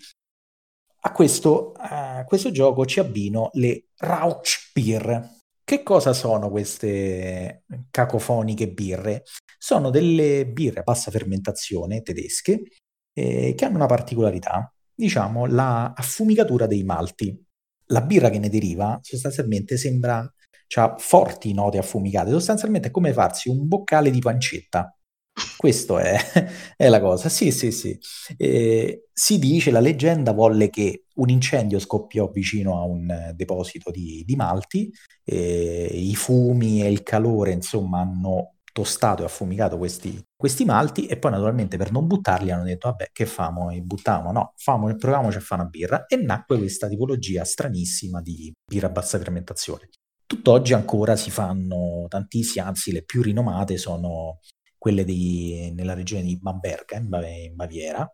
D: A questo, a questo gioco ci abbino le Rauchbier. Che cosa sono queste cacofoniche birre? Sono delle birre a bassa fermentazione tedesche eh, che hanno una particolarità, diciamo, la affumicatura dei malti. La birra che ne deriva sostanzialmente sembra, c'ha forti note affumicate, sostanzialmente è come farsi un boccale di pancetta. Questo è, è la cosa, sì, sì, sì. Eh, si dice, la leggenda volle che un incendio scoppiò vicino a un eh, deposito di, di malti, eh, i fumi e il calore, insomma, hanno tostato e affumicato questi, questi malti e poi naturalmente per non buttarli hanno detto vabbè che famo, li buttiamo? No, famo, proviamoci a fare una birra e nacque questa tipologia stranissima di birra a bassa fermentazione. Tutt'oggi ancora si fanno tantissime, anzi le più rinomate sono quelle di, nella regione di Bamberga, in, Bav- in Baviera,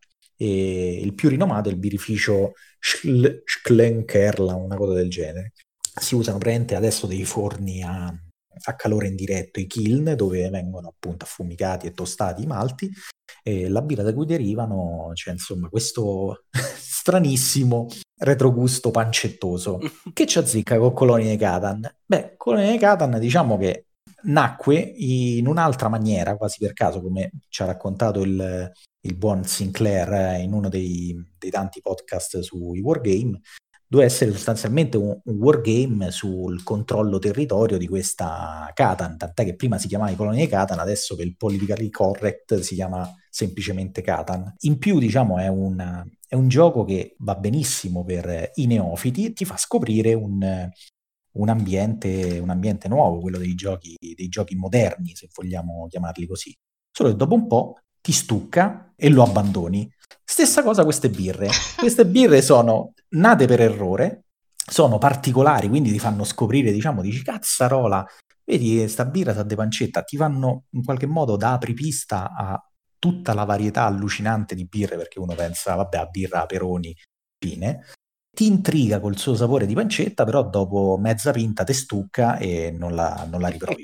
D: e il più rinomato è il birrificio Schl- Schlenkerla, una cosa del genere. Si usano praticamente adesso dei forni a, a calore indiretto, i kiln, dove vengono appunto affumicati e tostati i malti, e la birra da cui derivano c'è insomma questo stranissimo retrogusto pancettoso. Che ci azzecca con Coloni di Catan? Beh, Coloni di Catan diciamo che nacque in un'altra maniera, quasi per caso, come ci ha raccontato il, il buon Sinclair in uno dei, dei tanti podcast sui wargame. Doveva essere sostanzialmente un, un wargame sul controllo territorio di questa Catan, tant'è che prima si chiamava i Coloni di Catan, adesso per il politically correct si chiama semplicemente Catan. In più, diciamo, è un, è un gioco che va benissimo per i neofiti e ti fa scoprire un un ambiente, un ambiente nuovo, quello dei giochi, dei giochi moderni, se vogliamo chiamarli così. Solo che dopo un po' ti stucca e lo abbandoni. Stessa cosa queste birre. Queste birre sono nate per errore, sono particolari, quindi ti fanno scoprire, diciamo, dici, cazzarola, vedi, sta birra sa de pancetta, ti fanno in qualche modo da apripista a tutta la varietà allucinante di birre, perché uno pensa, vabbè, a birra, Peroni, fine. Ti intriga col suo sapore di pancetta, però dopo mezza pinta te stucca e non la, non la riprovi.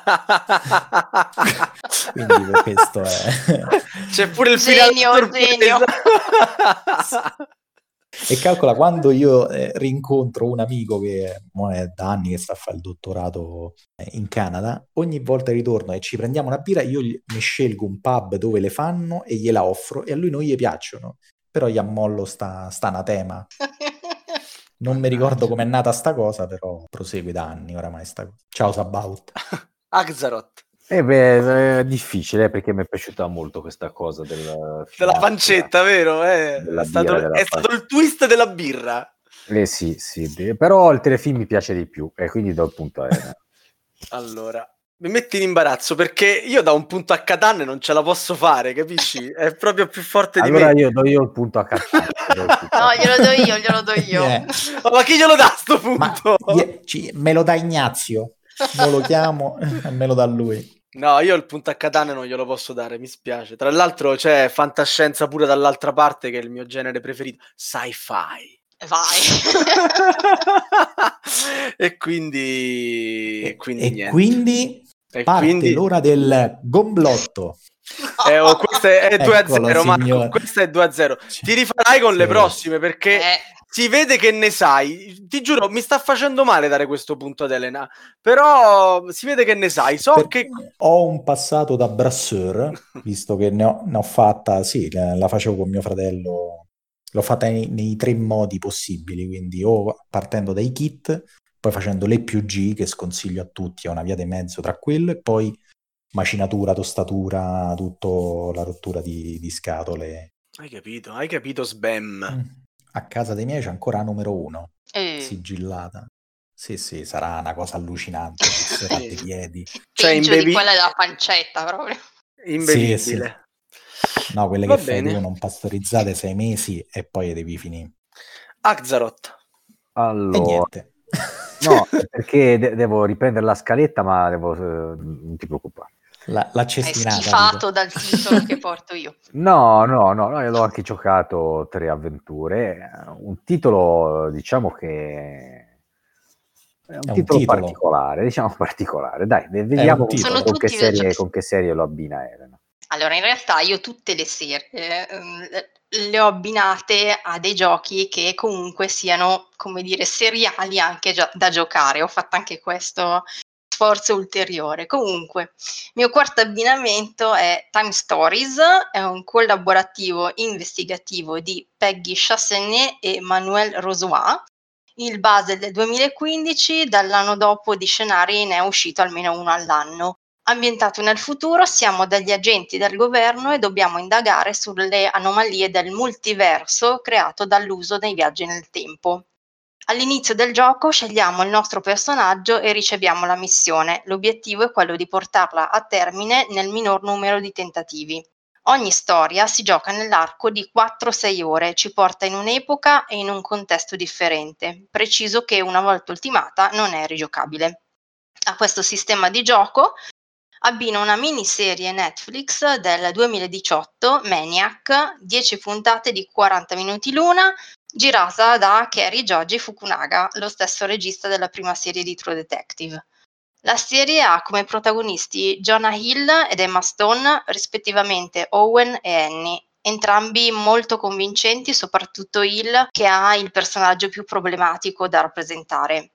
D: Quindi per questo è...
B: C'è pure il finale
C: Genio,
B: sorpresa.
C: genio.
D: E calcola, quando io eh, rincontro un amico che mo è da anni che sta a fare il dottorato eh, in Canada, ogni volta che ritorno e ci prendiamo una birra, io gli- mi scelgo un pub dove le fanno e gliela offro, e a lui non gli piacciono, però gli ammollo sta, sta anatema. Non mi ricordo com'è nata sta cosa, però prosegue da anni oramai sta cosa. Ciao Sabaut.
B: Axaroth.
E: Eh beh, è difficile, perché mi è piaciuta molto questa cosa del
B: Della
E: finale
B: pancetta, vero? Eh,
E: della
B: è stato,
E: birra, della
B: è stato il twist della birra.
E: Eh sì, sì, beh, però il telefilm mi piace di più, e quindi do il punto a Elena.
B: Allora, mi metti in imbarazzo perché io da un punto a Catan non ce la posso fare, capisci? È proprio più forte di
E: Allora
B: me.
E: io do io il punto a Catan.
C: No, glielo do io, glielo do io.
D: Yeah.
B: Oh, ma chi glielo dà sto
D: Ma
B: punto?
D: ye- ci- me lo dà Ignazio, mo lo chiamo e me lo dà lui.
B: No, io il punto a Catan non glielo posso dare, mi spiace. Tra l'altro c'è fantascienza pure dall'altra parte, che è il mio genere preferito, sci-fi.
C: Vai.
B: E quindi
D: E,
B: quindi
D: e
B: niente.
D: quindi
B: E
D: parte
B: quindi
D: l'ora del gomblotto.
B: eh, oh, questo è, è due a zero,
D: Eccolo,
B: Marco,
D: signore.
B: questo è due a zero.
D: Sì.
B: Ti rifarai con le
D: Sì.
B: prossime, perché
C: Eh,
B: si vede che ne sai. Ti giuro, mi sta facendo male dare questo punto ad Elena, però si vede che ne sai. So
D: Per-
B: che
D: Ho un passato da brasseur, visto che ne ho, ne ho fatta, sì, la, la facevo con mio fratello, l'ho fatta nei, nei tre modi possibili, quindi o partendo dai kit, poi facendo l'E più G, che sconsiglio a tutti, è una via di mezzo tra quello, e poi macinatura, tostatura, tutto, la rottura di, di scatole.
B: hai capito, hai capito, Sbam.
D: A casa dei miei c'è ancora la numero uno,
C: eh,
D: sigillata. Sì, sì, sarà una cosa allucinante, serate i piedi.
B: Cioè,
C: peggio
B: imbevi-
C: di quella della pancetta proprio.
B: Imbevibile.
D: Sì, sì. No, quelle
B: Va
D: che fai
B: bene.
D: tu non pastorizzate sei mesi e poi devi finire.
B: Axaroth.
D: E
E: Allora,
D: niente.
E: no, perché de- devo riprendere la scaletta, ma devo, eh, non ti preoccupare.
D: La, la
C: È
D: cestinata.
C: schifato
D: dico.
C: dal titolo che porto io.
E: No, no, no, no, io l'ho anche giocato Tre Avventure, un titolo, diciamo che è un,
D: È un
E: titolo,
D: titolo.
E: particolare, diciamo particolare. Dai, vediamo con,
D: titolo.
C: Sono
E: con che
C: tutti
E: serie,
C: videogiochi.
E: con che serie lo abbina Elena.
C: Allora, in realtà io tutte le serie ehm, le ho abbinate a dei giochi che comunque siano, come dire, seriali anche gio- da giocare. Ho fatto anche questo sforzo ulteriore. Comunque, il mio quarto abbinamento è Time Stories, è un collaborativo investigativo di Peggy Chassaigne e Manuel Rosoy. Il base del duemilaquindici, dall'anno dopo di scenari ne è uscito almeno uno all'anno. Ambientato nel futuro, siamo degli agenti del governo e dobbiamo indagare sulle anomalie del multiverso creato dall'uso dei viaggi nel tempo. All'inizio del gioco scegliamo il nostro personaggio e riceviamo la missione. L'obiettivo è quello di portarla a termine nel minor numero di tentativi. Ogni storia si gioca nell'arco di quattro sei ore, ci porta in un'epoca e in un contesto differente. Preciso che una volta ultimata non è rigiocabile. A questo sistema di gioco abbina una miniserie Netflix del duemiladiciotto, Maniac, dieci puntate di quaranta minuti l'una, girata da Cary Joji Fukunaga, lo stesso regista della prima serie di True Detective. La serie ha come protagonisti Jonah Hill ed Emma Stone, rispettivamente Owen e Annie, entrambi molto convincenti, soprattutto Hill, che ha il personaggio più problematico da rappresentare.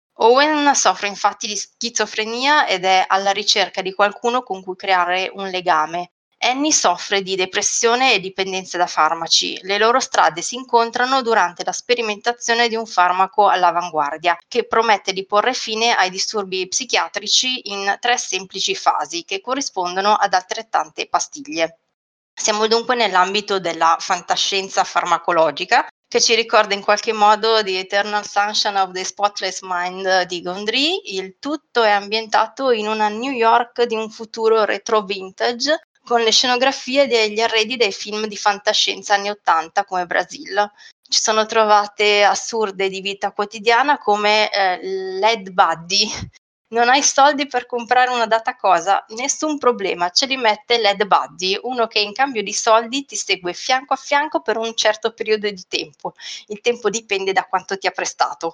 C: Owen soffre infatti di schizofrenia ed è alla ricerca di qualcuno con cui creare un legame. Annie soffre di depressione e dipendenza da farmaci. Le loro strade si incontrano durante la sperimentazione di un farmaco all'avanguardia che promette di porre fine ai disturbi psichiatrici in tre semplici fasi che corrispondono ad altrettante pastiglie. Siamo dunque nell'ambito della fantascienza farmacologica, che ci ricorda in qualche modo The Eternal Sunshine of the Spotless Mind di Gondry. Il tutto è ambientato in una New York di un futuro retro vintage, con le scenografie degli arredi dei film di fantascienza anni ottanta come Brasil. Ci sono trovate assurde di vita quotidiana come eh, Led Buddy. Non hai soldi per comprare una data cosa? Nessun problema, ce li mette Led Buddy, uno che in cambio di soldi ti segue fianco a fianco per un certo periodo di tempo. Il tempo dipende da quanto ti ha prestato.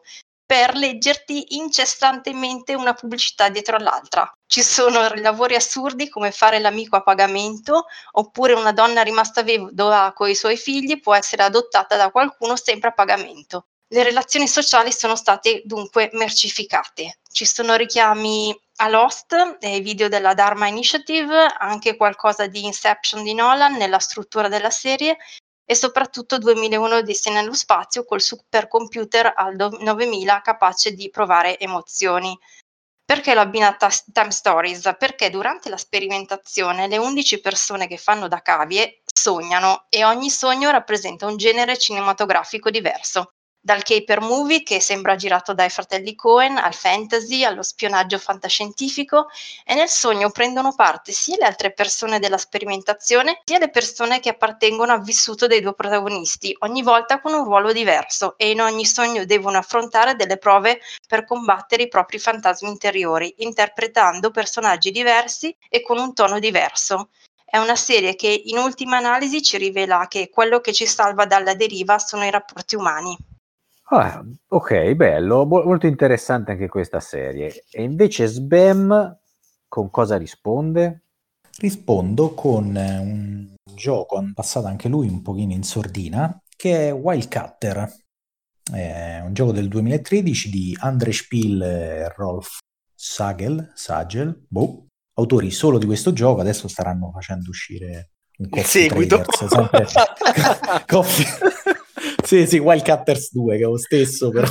C: per leggerti incessantemente una pubblicità dietro all'altra. Ci sono lavori assurdi come fare l'amico a pagamento, oppure una donna rimasta vedova con i suoi figli può essere adottata da qualcuno sempre a pagamento. Le relazioni sociali sono state dunque mercificate. Ci sono richiami a Lost e ai video della Dharma Initiative, anche qualcosa di Inception di Nolan nella struttura della serie, e soprattutto duemilauno Odissea nello spazio col supercomputer al novemila capace di provare emozioni. Perché l'ho abbinata a Time Stories? Perché durante la sperimentazione le undici persone che fanno da cavie sognano e ogni sogno rappresenta un genere cinematografico diverso. Dal caper movie, che sembra girato dai fratelli Coen, al fantasy, allo spionaggio fantascientifico, e nel sogno prendono parte sia le altre persone della sperimentazione, sia le persone che appartengono al vissuto dei due protagonisti, ogni volta con un ruolo diverso, e in ogni sogno devono affrontare delle prove per combattere i propri fantasmi interiori, interpretando personaggi diversi e con un tono diverso. È una serie che in ultima analisi ci rivela che quello che ci salva dalla deriva sono i rapporti umani.
E: Ah, ok, bello, mo- molto interessante anche questa serie. E invece Sbam con cosa risponde?
D: Rispondo con eh, un gioco passato anche lui un pochino in sordina, che è Wildcatter. È un gioco del duemilatredici di Andre Spiel e Rolf Sagel, Sagel, boh, autori solo di questo gioco. Adesso staranno facendo uscire un Coffee
B: seguito.
D: Traders, sempre Coffee. Sì, sì, Wildcatters due, che è lo stesso, però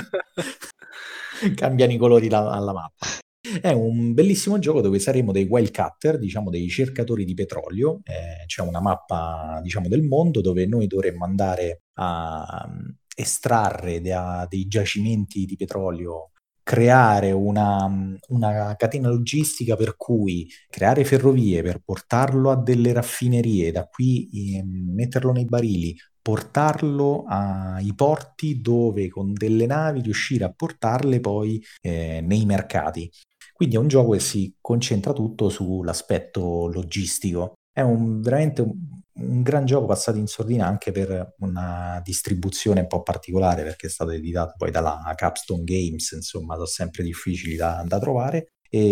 D: cambiano i colori la- alla mappa. È un bellissimo gioco dove saremo dei wildcatter, diciamo dei cercatori di petrolio. Eh, c'è una mappa, diciamo, del mondo dove noi dovremmo andare a um, estrarre da, dei giacimenti di petrolio, creare una, una catena logistica per cui creare ferrovie per portarlo a delle raffinerie, da qui eh, metterlo nei barili, portarlo ai porti dove con delle navi riuscire a portarle poi eh, nei mercati. Quindi è un gioco che si concentra tutto sull'aspetto logistico. È un, veramente un, un gran gioco passato in sordina anche per una distribuzione un po' particolare, perché è stato editato poi dalla Capstone Games, insomma, sono sempre difficili da, da trovare.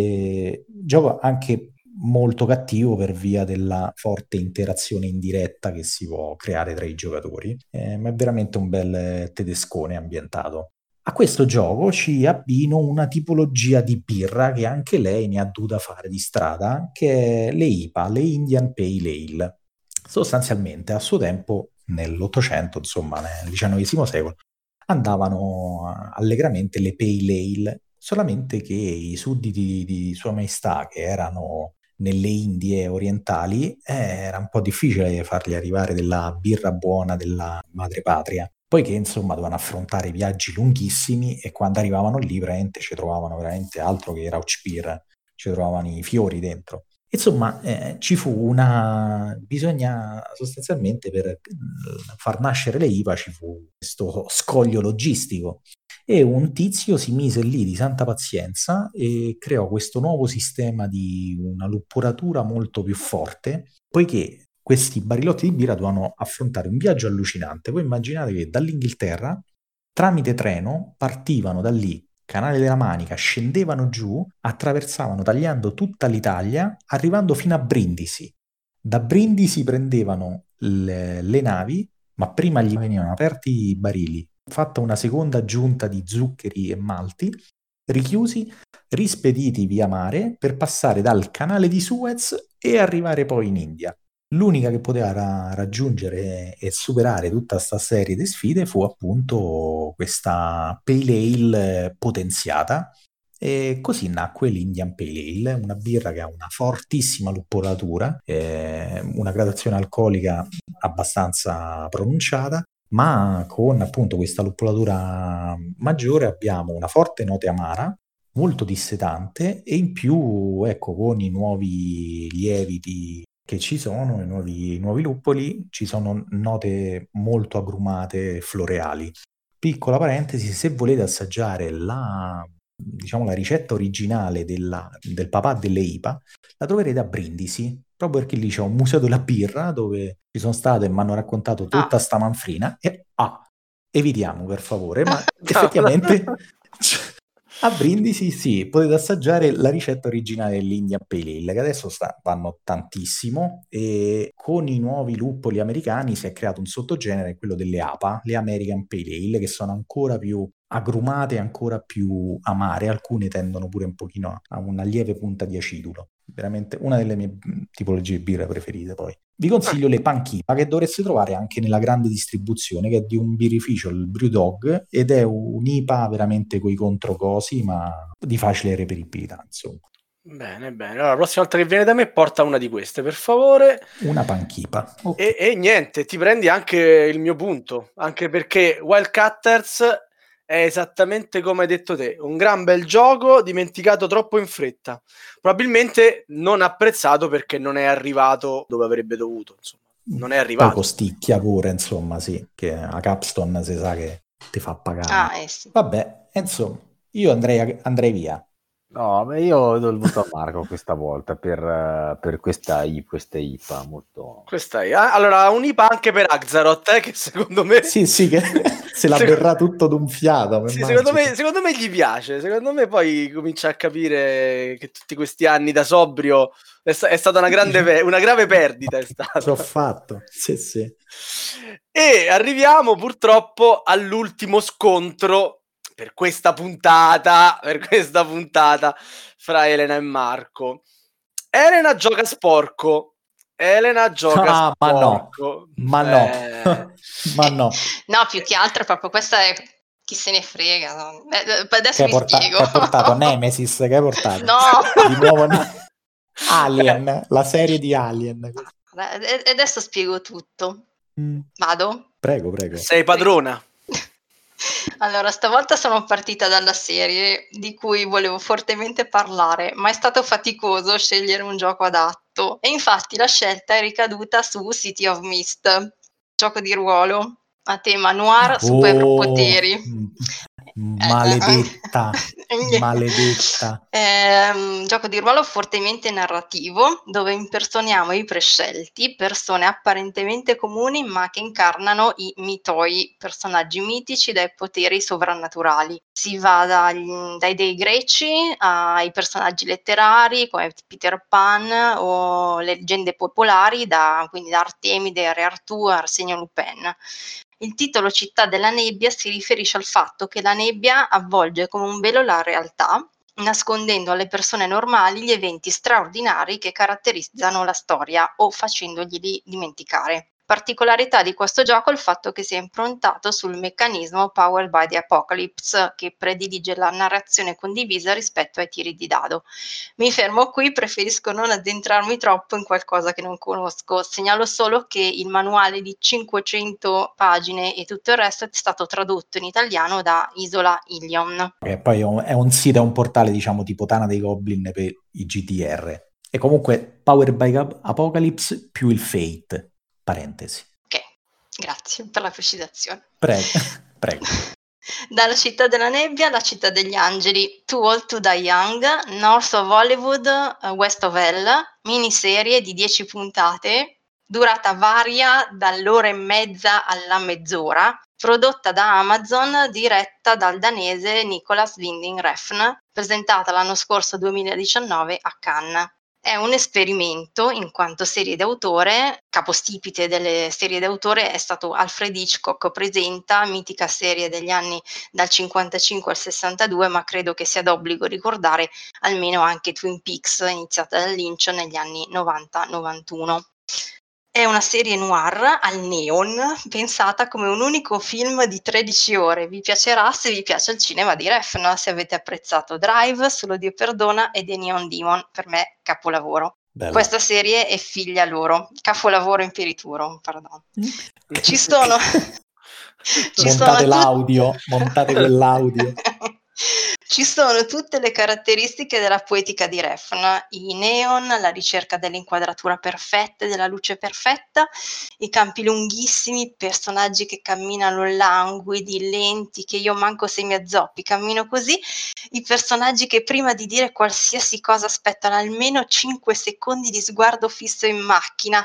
D: E gioco anche molto cattivo per via della forte interazione indiretta che si può creare tra i giocatori, eh, ma è veramente un bel tedescone ambientato. A questo gioco ci abbino una tipologia di birra che anche lei ne ha dovuta fare di strada, che è le I P A, le Indian Pale Ale. Sostanzialmente a suo tempo, nell'Ottocento, insomma nel diciannovesimo secolo, andavano allegramente le Pale Ale, solamente che i sudditi di Sua Maestà, che erano nelle Indie orientali, eh, era un po' difficile fargli arrivare della birra buona della madrepatria, poiché insomma dovevano affrontare viaggi lunghissimi e quando arrivavano lì veramente ci trovavano veramente altro che Rauchbier, ci trovavano i fiori dentro. Insomma, eh, ci fu una... bisogna sostanzialmente per far nascere le I P A ci fu questo scoglio logistico. E un tizio si mise lì di santa pazienza e creò questo nuovo sistema di una luppuratura molto più forte, poiché questi barilotti di birra dovevano affrontare un viaggio allucinante. Voi immaginate che dall'Inghilterra, tramite treno, partivano da lì, Canale della Manica, scendevano giù, attraversavano tagliando tutta l'Italia, arrivando fino a Brindisi. Da Brindisi prendevano le, le navi, ma prima gli venivano aperti i barili, fatta una seconda aggiunta di zuccheri e malti, richiusi, rispediti via mare per passare dal canale di Suez e arrivare poi in India. L'unica che poteva ra- raggiungere e superare tutta questa serie di sfide fu appunto questa Pale Ale potenziata, e così nacque l'Indian Pale Ale, una birra che ha una fortissima luppolatura, eh, una gradazione alcolica abbastanza pronunciata, ma con appunto questa luppolatura maggiore abbiamo una forte note amara, molto dissetante, e in più, ecco, con i nuovi lieviti che ci sono, i nuovi, i nuovi luppoli, ci sono note molto agrumate floreali. Piccola parentesi, se volete assaggiare la, diciamo, la ricetta originale della, del papà delle I P A, la troverete a Brindisi, proprio perché lì c'è un museo della birra dove ci sono stato e mi hanno raccontato tutta
C: Ah.
D: sta manfrina e ah, evitiamo per favore, ma effettivamente a Brindisi sì, potete assaggiare la ricetta originale dell'Indian Pale Ale, che adesso sta, vanno tantissimo, e con i nuovi luppoli americani si è creato un sottogenere, quello delle A P A, le American Pale Ale, che sono ancora più agrumate, ancora più amare, alcune tendono pure un pochino a una lieve punta di acidulo. Veramente una delle mie tipologie di birra preferite. Poi vi consiglio le Panchipa, che dovreste trovare anche nella grande distribuzione, che è di un birrificio, il Brewdog, ed è un'I P A veramente coi controcosi, ma di facile reperibilità, insomma.
B: Bene, bene. Allora, la prossima volta che viene da me porta una di queste, per favore.
D: Una Panchipa. Okay.
B: E, e niente, ti prendi anche il mio punto, anche perché Wildcatters è esattamente come hai detto te, un gran bel gioco dimenticato troppo in fretta, probabilmente non apprezzato perché non è arrivato dove avrebbe dovuto, insomma, non è arrivato.
D: Poi costicchia pure, insomma, sì, che a Capstone si sa che ti fa pagare.
C: Ah, eh sì.
D: Vabbè, insomma, io andrei, andrei via.
E: No, ma io do il voto a Marco questa volta per, per questa, I, questa I P A molto...
B: Questa è, allora un'I P A anche per Axaroth, eh, che secondo me...
D: Sì, sì, che se la berrà tutto d'un fiato.
B: Sì, secondo me, secondo me gli piace, secondo me poi comincia a capire che tutti questi anni da sobrio è, sta- è stata una grande pe- una grave perdita, è stata.
D: L'ho fatto, sì, sì.
B: E arriviamo purtroppo all'ultimo scontro per questa puntata, per questa puntata fra Elena e Marco. Elena gioca sporco. Elena gioca
D: ah,
B: sporco.
D: Ma no, ma
B: eh...
D: no. ma no.
C: No, più che altro proprio questa è... Chi se ne frega. No? Eh, adesso
D: che
C: vi
D: porta-
C: spiego.
D: Che hai portato Nemesis, che hai portato?
C: No!
D: Di nuovo Alien, la serie di Alien.
C: E adesso spiego tutto.
D: Mm.
C: Vado?
D: Prego, prego.
B: Sei padrona.
C: Allora, stavolta sono partita dalla serie di cui volevo fortemente parlare, ma è stato faticoso scegliere un gioco adatto e infatti la scelta è ricaduta su City of Mist, gioco di ruolo a tema noir, superpoteri.
D: Oh, maledetta, maledetta.
C: È un gioco di ruolo fortemente narrativo dove impersoniamo i prescelti, persone apparentemente comuni ma che incarnano i mitoi, personaggi mitici dai poteri sovrannaturali. Si va dagli, dai dei greci ai personaggi letterari come Peter Pan o le leggende popolari, da, quindi da Artemide, Re Artù, Arsenio Lupin. Il titolo Città della nebbia si riferisce al fatto che la nebbia avvolge come un velo la realtà, nascondendo alle persone normali gli eventi straordinari che caratterizzano la storia o facendoglieli dimenticare. Particolarità di questo gioco è il fatto che sia improntato sul meccanismo Powered by the Apocalypse, che predilige la narrazione condivisa rispetto ai tiri di dado. Mi fermo qui, preferisco non addentrarmi troppo in qualcosa che non conosco. Segnalo solo che il manuale di cinquecento pagine e tutto il resto è stato tradotto in italiano da Isola Ilion.
D: E poi è un, è un sito, è un portale, diciamo, tipo Tana dei Goblin per i G D R. E comunque Powered by Apocalypse più il Fate. Parentesi.
C: Ok, grazie per la precisazione.
D: Prego, prego.
C: Dalla città della nebbia alla città degli angeli, Too Old to Die Young, North of Hollywood, West of Hell, miniserie di dieci puntate, durata varia dall'ora e mezza alla mezz'ora, prodotta da Amazon, diretta dal danese Nicolas Winding Refn, presentata l'anno scorso duemiladiciannove a Cannes. È un esperimento in quanto serie d'autore, capostipite delle serie d'autore è stato Alfred Hitchcock Presenta, mitica serie degli anni dal cinquantacinque al sessantadue, ma credo che sia d'obbligo ricordare almeno anche Twin Peaks, iniziata da Lynch negli anni novanta novantuno. È una serie noir al neon, pensata come un unico film di tredici ore. Vi piacerà se vi piace il cinema di Refn, se avete apprezzato Drive, Solo Dio perdona e The Neon Demon, per me capolavoro. Bella. Questa serie è figlia loro, capolavoro imperituro, pardon. Ci sono...
D: Ci montate sono l'audio, tut... montate quell'audio.
C: Ci sono tutte le caratteristiche della poetica di Refn, i neon, la ricerca dell'inquadratura perfetta e della luce perfetta, i campi lunghissimi, personaggi che camminano languidi, lenti, che io manco se mi azzoppi, cammino così, i personaggi che prima di dire qualsiasi cosa aspettano almeno cinque secondi di sguardo fisso in macchina,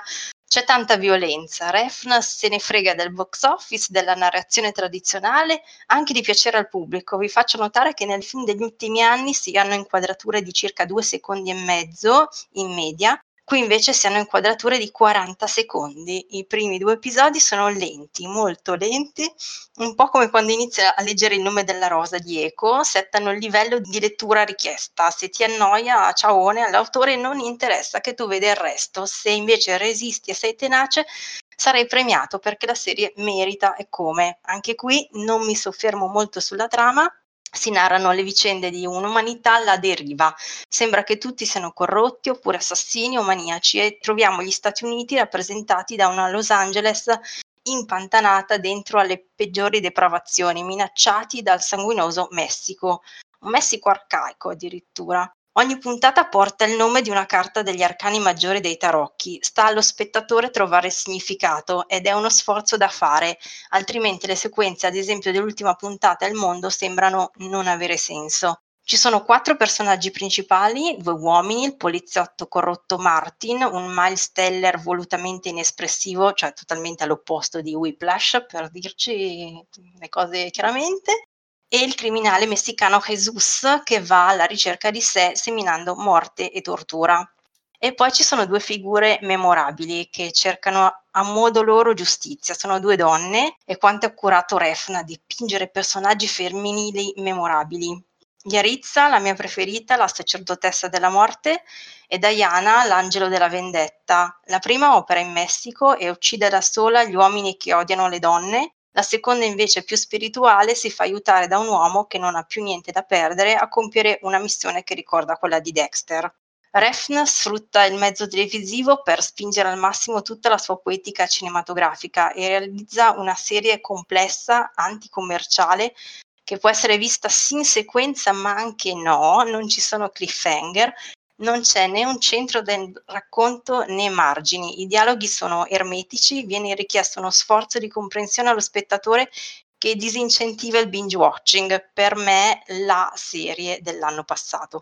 C: C'è tanta violenza, Refn se ne frega del box office, della narrazione tradizionale, anche di piacere al pubblico. Vi faccio notare che nel film degli ultimi anni si hanno inquadrature di circa due secondi e mezzo in media, qui invece si hanno inquadrature di quaranta secondi. I primi due episodi sono lenti, molto lenti, un po' come quando inizi a leggere Il nome della rosa di Eco, settano il livello di lettura richiesta. Se ti annoia, ciaone, all'autore non interessa che tu veda il resto. Se invece resisti e sei tenace, sarai premiato perché la serie merita e come. Anche qui non mi soffermo molto sulla trama. Si narrano le vicende di un'umanità alla deriva. Sembra che tutti siano corrotti oppure assassini o maniaci e troviamo gli Stati Uniti rappresentati da una Los Angeles impantanata dentro alle peggiori depravazioni, minacciati dal sanguinoso Messico, un Messico arcaico addirittura. Ogni puntata porta il nome di una carta degli arcani maggiori dei tarocchi. Sta allo spettatore trovare il significato ed è uno sforzo da fare, altrimenti le sequenze, ad esempio dell'ultima puntata del mondo, sembrano non avere senso. Ci sono quattro personaggi principali, due uomini, il poliziotto corrotto Martin, un Miles Teller volutamente inespressivo, cioè totalmente all'opposto di Whiplash, per dirci le cose chiaramente, e il criminale messicano Jesus che va alla ricerca di sé seminando morte e tortura. E poi ci sono due figure memorabili che cercano a modo loro giustizia, sono due donne e quanto è accurato Refn a dipingere personaggi femminili memorabili. Yaritza, la mia preferita, la sacerdotessa della morte, e Diana, l'angelo della vendetta. La prima opera in Messico e uccide da sola gli uomini che odiano le donne. La seconda invece, più spirituale, si fa aiutare da un uomo che non ha più niente da perdere a compiere una missione che ricorda quella di Dexter. Refn sfrutta il mezzo televisivo per spingere al massimo tutta la sua poetica cinematografica e realizza una serie complessa, anticommerciale, che può essere vista sì in sequenza ma anche no, non ci sono cliffhanger, non c'è né un centro del racconto né margini, i dialoghi sono ermetici, viene richiesto uno sforzo di comprensione allo spettatore che disincentiva il binge watching. Per me la serie dell'anno passato.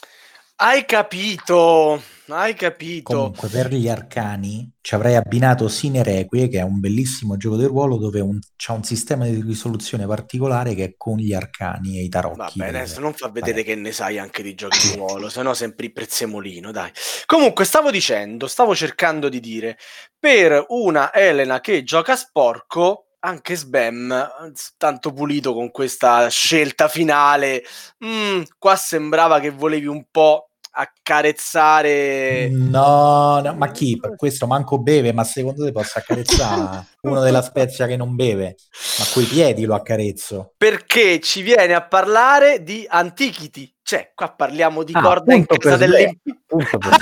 B: Hai capito, hai capito.
D: Comunque per gli arcani ci avrei abbinato Sine Requie, che è un bellissimo gioco del ruolo dove un, c'è un sistema di risoluzione particolare che è con gli arcani e i tarocchi.
B: Vabbè, adesso non fa vedere
D: Vabbè.
B: che ne sai anche di giochi di ruolo, se no sempre il prezzemolino, dai. Comunque stavo dicendo, stavo cercando di dire, per una Elena che gioca sporco, anche Sbam, tanto pulito con questa scelta finale, mm, qua sembrava che volevi un po' accarezzare.
D: No, no, ma chi? Per questo manco beve, ma secondo te posso accarezzare uno della Spezia che non beve? Ma coi piedi lo accarezzo.
B: Perché ci viene a parlare di Antiquity, cioè qua parliamo di
E: Ah,
B: corda in
E: punto
B: casa
E: per
B: dell'Empio.
E: Punto per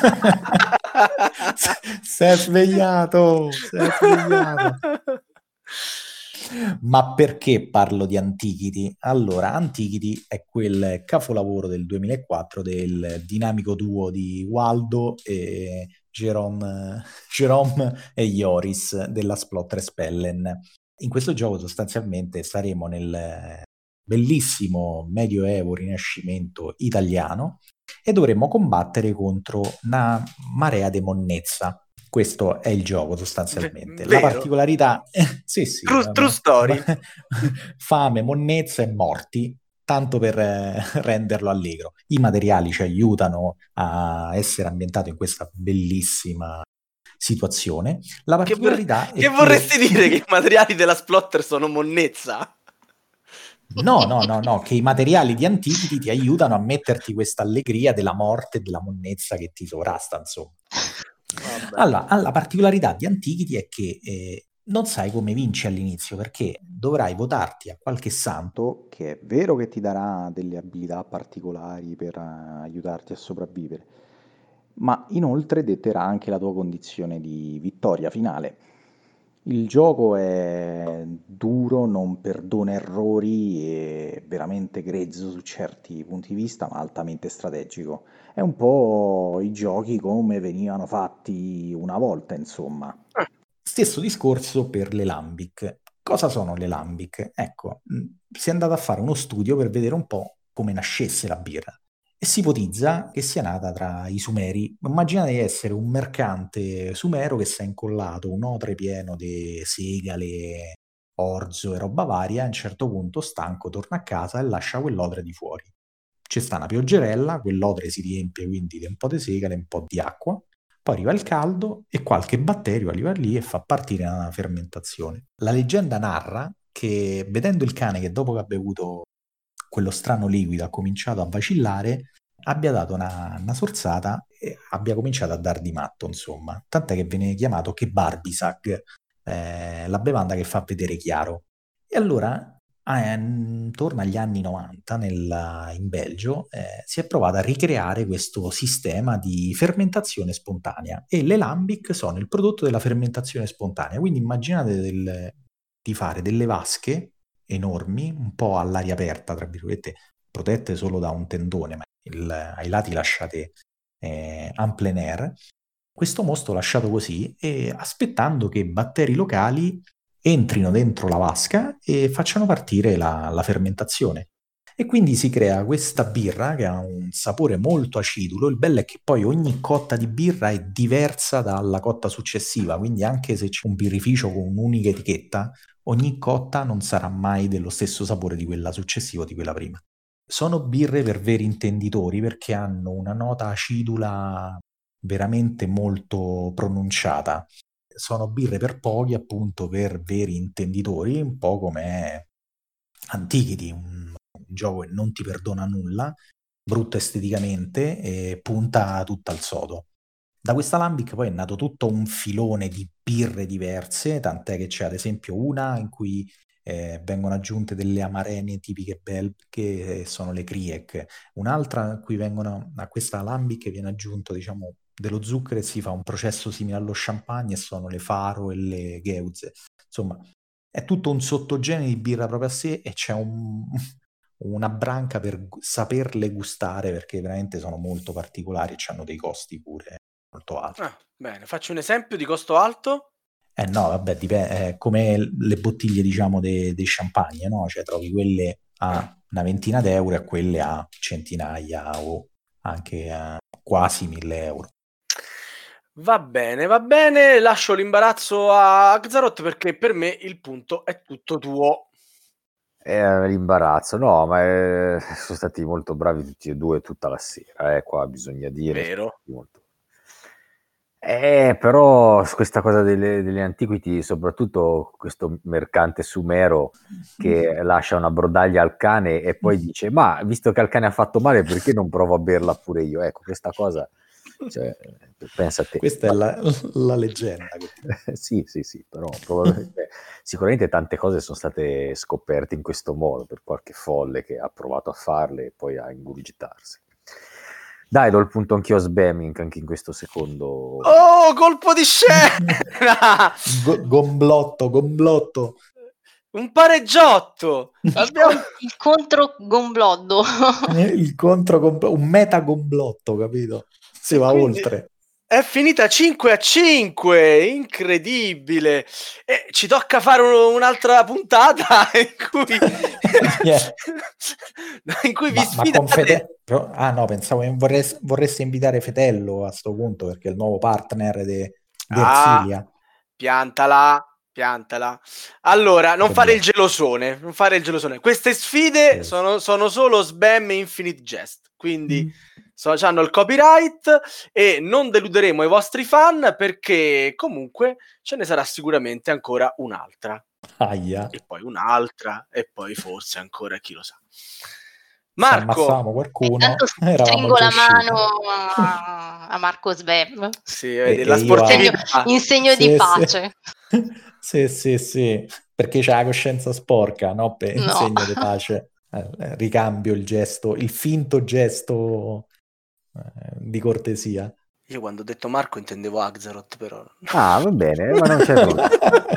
D: Si è svegliato, si è svegliato. Ma perché parlo di Antiquity? Allora, Antiquity è quel capolavoro del duemilaquattro del dinamico duo di Waldo e Jerome, Jerome e Joris della Splotter Spellen. In questo gioco sostanzialmente saremo nel bellissimo medioevo rinascimento italiano e dovremmo combattere contro una marea di monnezza. Questo è il gioco sostanzialmente.
B: V-
D: la
B: vero?
D: particolarità sì sì
B: True, true story.
D: fame, monnezza e morti, tanto per eh, renderlo allegro. I materiali ci aiutano a essere ambientato in questa bellissima situazione. La particolarità
B: che, vor-
D: è
B: che vorresti che... dire che i materiali della Splotter sono monnezza?
D: No, no, no, no, che i materiali di Antiquity ti aiutano a metterti questa allegria della morte e della monnezza che ti sovrasta, insomma.
B: Vabbè.
D: Allora, la particolarità di Antiquity è che eh, non sai come vinci all'inizio, perché dovrai votarti a qualche santo
G: che è vero che ti darà delle abilità particolari per uh, aiutarti a sopravvivere, ma inoltre detterà anche la tua condizione di vittoria finale. Il gioco è duro, non perdona errori, è veramente grezzo su certi punti di vista, ma altamente strategico. È un po' i giochi come venivano fatti una volta, insomma.
D: Stesso discorso per le Lambic. Cosa sono le Lambic? Ecco, si è andato a fare uno studio per vedere un po' come nascesse la birra. e si ipotizza che sia nata tra i Sumeri. Immaginate di essere un mercante sumero che si è incollato un otre pieno di segale, orzo e roba varia, a un certo punto, stanco, torna a casa e lascia quell'odre di fuori. C'è sta una pioggerella, quell'odre si riempie quindi di un po' di segale, un po' di acqua, poi arriva il caldo e qualche batterio arriva lì e fa partire una fermentazione. La leggenda narra che, vedendo il cane che dopo che ha bevuto quello strano liquido ha cominciato a vacillare, abbia dato una, una sorsata e abbia cominciato a dar di matto, insomma. Tant'è che viene chiamato Kebarbisag, eh, la bevanda che fa vedere chiaro. E allora, eh, intorno agli anni novanta, nel, in Belgio, eh, si è provato a ricreare questo sistema di fermentazione spontanea, e le lambic sono il prodotto della fermentazione spontanea. Quindi immaginate del, di fare delle vasche enormi, un po' all'aria aperta, tra virgolette, protette solo da un tendone, ma il, ai lati lasciate eh, en plein air, questo mosto lasciato così, e aspettando che batteri locali entrino dentro la vasca e facciano partire la, la fermentazione. E quindi si crea questa birra che ha un sapore molto acidulo. Il bello è che poi ogni cotta di birra è diversa dalla cotta successiva, quindi anche se c'è un birrificio con un'unica etichetta, ogni cotta non sarà mai dello stesso sapore di quella successiva o di quella prima. Sono birre per veri intenditori perché hanno una nota acidula veramente molto pronunciata. Sono birre per pochi, appunto, per veri intenditori, un po' come Antiquity, un, un gioco che non ti perdona nulla, brutto esteticamente e punta tutto al sodo. Da questa lambic poi è nato tutto un filone di birre diverse, tant'è che c'è ad esempio una in cui eh, vengono aggiunte delle amarene tipiche belghe, che sono le Kriek, un'altra in cui vengono, a questa lambic viene aggiunto, diciamo, dello zucchero e si fa un processo simile allo champagne, e sono le Faro e le Geuze. Insomma, è tutto un sottogenere di birra proprio a sé, e c'è un, una branca per saperle gustare, perché veramente sono molto particolari e hanno dei costi pure molto alti.
B: Ah, bene, faccio un esempio di costo alto.
D: Eh no, vabbè, dipende, è come le bottiglie, diciamo, dei de champagne, no? Cioè trovi quelle a una ventina d'euro e quelle a centinaia o anche a quasi mille euro.
B: Va bene, va bene, lascio l'imbarazzo a Axaroth perché per me il punto è tutto tuo.
E: Eh, l'imbarazzo, no, ma eh, sono stati molto bravi tutti e due tutta la sera, eh, qua bisogna dire.
B: Vero.
E: Molto... Eh, però questa cosa delle, delle Antiquity, soprattutto questo mercante sumero che lascia una brodaglia al cane e poi dice, ma visto che al cane ha fatto male, perché non provo a berla pure io? Ecco, questa cosa... Cioè, pensa a te.
D: Questa è la, la leggenda.
E: sì, sì, sì, però probabilmente, sicuramente tante cose sono state scoperte in questo modo per qualche folle che ha provato a farle e poi a ingurgitarsi. Dai, do il punto anch'io a Sbemming anche in questo secondo.
B: Oh, colpo di scena!
D: Go- gomblotto, gomblotto.
B: Un pareggiotto.
C: Abbiamo il contro gombloddo.
D: Il contro gomblotto, un meta gomblotto, capito? Si va
B: Quindi
D: oltre.
B: È finita cinque a cinque, incredibile. E ci tocca fare un, un'altra puntata in cui,
D: yeah.
B: in cui vi
D: ma,
B: sfidate.
D: Ma Fede... Ah no, pensavo che vorreste, vorreste invitare Fetello a sto punto, perché è il nuovo partner di
B: ah,
D: Ersilia.
B: Piantala. Piantala. Allora, non fare il gelosone, non fare il gelosone. Queste sfide
D: Yes.
B: sono, sono solo Sbam e Infinite Jest, quindi mm. so, hanno il copyright e non deluderemo i vostri fan perché comunque ce ne sarà sicuramente ancora un'altra.
D: Aia.
B: E poi un'altra e poi forse ancora, chi lo sa. Marco,
D: ammassavamo qualcuno,
C: intanto stringo la mano a, a Marco Sbam.
B: Sì, vedi, la sportività.
C: In segno
D: sì,
C: di pace.
D: Sì. Sì, sì, sì, perché c'è la coscienza sporca, no? Per, in
C: no.
D: segno di pace. Eh, ricambio il gesto, il finto gesto eh, di cortesia.
B: Io quando ho detto Marco intendevo Axaroth, però.
E: Ah, va bene, ma non c'è problema.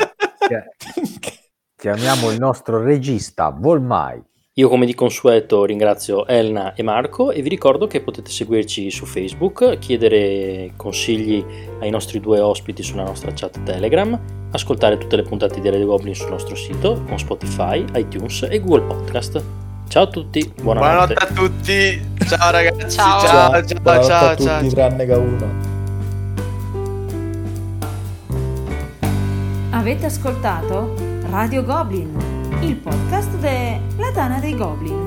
E: Chiamiamo il nostro regista Volmai.
H: Io come di consueto ringrazio Elna e Marco e vi ricordo che potete seguirci su Facebook, chiedere consigli ai nostri due ospiti sulla nostra chat Telegram, ascoltare tutte le puntate di Radio Goblin sul nostro sito con Spotify, iTunes e Google Podcast. Ciao a tutti, buonanotte.
B: Buonanotte a tutti. Ciao ragazzi.
C: Ciao.
B: Ciao, ciao,
D: Buonanotte
B: ciao,
D: a tutti,
B: ciao.
D: tranne che a uno.
A: Avete ascoltato Radio Goblin, il podcast della Tana dei Goblin.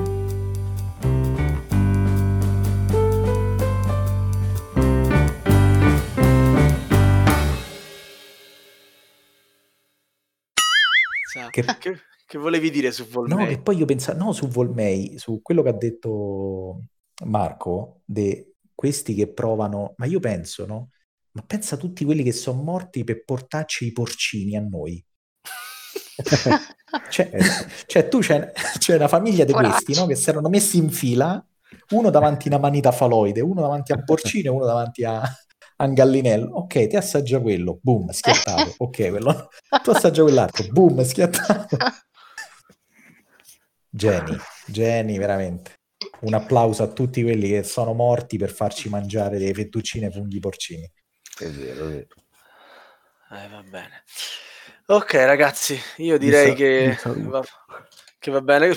B: Che... Che, che volevi dire su Volmei?
D: No, che poi io pensavo, no, su Volmei, su quello che ha detto Marco, de questi che provano, ma io penso, no? Ma pensa a tutti quelli che sono morti per portarci i porcini a noi. cioè, cioè, tu c'è, c'è una famiglia di questi, no? Che si erano messi in fila, uno davanti a una manita faloide, uno davanti a un porcino e uno davanti a, a un gallinello. Ok, ti assaggia quello, boom, schiattato. Ok, quello, tu assaggia quell'altro, boom, schiattato. Geni, geni, veramente. Un applauso a tutti quelli che sono morti per farci mangiare delle fettuccine e funghi porcini.
E: È vero, è vero.
B: Eh, va bene. Ok, ragazzi, io direi
E: sa-
B: che va, che va bene.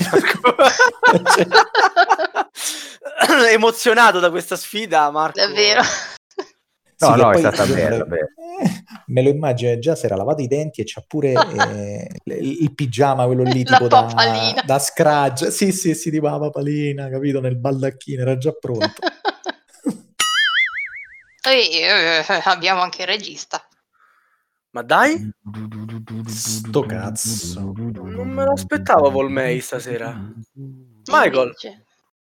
B: Emozionato da questa sfida, Marco.
C: Davvero.
E: No,
D: Sì,
E: no,
D: che
E: è
D: poi
E: stata
D: io me
E: bella,
D: lo,
E: bella.
D: eh, me lo immagino, già si era lavato i denti e c'ha pure eh, il, il pigiama, quello lì
C: La
D: tipo da,
C: papalina.
D: da Scratch. Sì, sì, sì, tipo la papalina, capito? Nel baldacchino, era già pronto.
C: E eh, abbiamo anche il regista.
B: Ma dai,
D: Sto cazzo.
B: non me lo aspettavo Volmei stasera. Michael,
C: Invece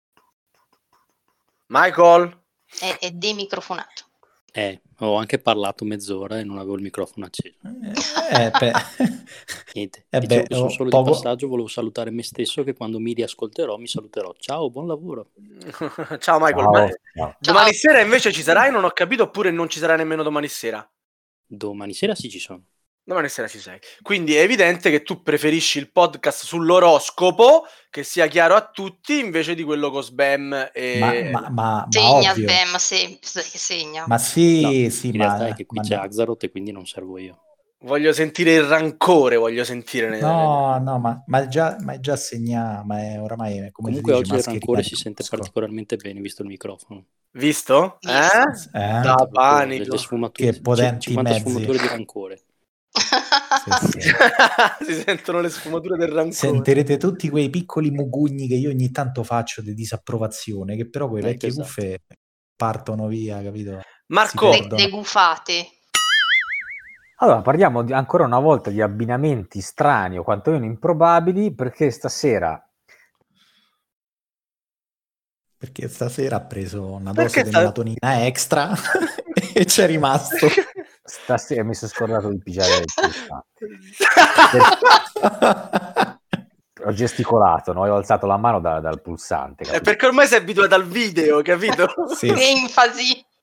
B: Michael,
C: è, è demicrofonato.
H: Eh, ho anche parlato mezz'ora e non avevo il microfono acceso.
D: Eh, beh.
H: Niente,
D: Eh
H: dicevo
D: beh,
H: che sono
D: oh,
H: solo
D: poco-
H: di passaggio, volevo salutare me stesso che quando mi riascolterò mi saluterò. Ciao, buon lavoro.
B: ciao Michael.
E: Ciao,
B: Ma
E: ciao.
B: domani
C: Ciao.
B: sera invece ci sarai? Non ho capito, oppure non ci sarai nemmeno domani sera?
H: Domani sera sì ci sono.
B: Domani sera ci sei. Quindi è evidente che tu preferisci il podcast sull'oroscopo, che sia chiaro a tutti, invece di quello con Sbam e...
D: Ma, ma, ma, ma
C: Segna
D: ovvio.
C: Sbam, se, se- segna.
D: Ma sì,
H: No,
D: sì,
H: in
D: ma,
H: realtà è che qui
D: ma
H: c'è
D: no.
H: Axaroth e quindi non servo io.
B: Voglio sentire il rancore, voglio sentire... nel-
D: No, no, ma, ma è già, ma è già segnato, ma è oramai, è come
H: Comunque
D: si dice,
H: oggi il
D: mascherina
H: rancore
D: di
H: si sente
D: Cusco.
H: particolarmente bene visto il microfono.
B: Visto?
C: Visto.
B: Eh?
D: Eh?
B: Da
H: Proprio
B: panico.
H: delle sfumature,
D: Che potenti
H: cinquanta
D: mezzi.
H: sfumature di rancore.
D: Sì, sì.
B: Si sentono le sfumature del rancore.
D: Sentirete tutti quei piccoli mugugni che io ogni tanto faccio di disapprovazione, che però quei
H: Ecco,
D: vecchie
H: esatto.
D: cuffie partono via, capito?
B: Marco,
D: Si
C: le,
D: perdono.
C: le gufate.
E: Allora, parliamo di- ancora una volta di abbinamenti strani o quantomeno improbabili, perché stasera
D: Perché stasera ha preso una
B: Perché
D: dose di
B: sta-
D: melatonina extra e c'è rimasto.
E: stasera mi sono scordato di pigiare il pulsante. Ho gesticolato, no? Ho alzato la mano da- dal pulsante.
B: È
E: capito?
B: perché ormai sei abituato al video, capito?
D: Sì,
C: Che
D: sì.
C: enfasi.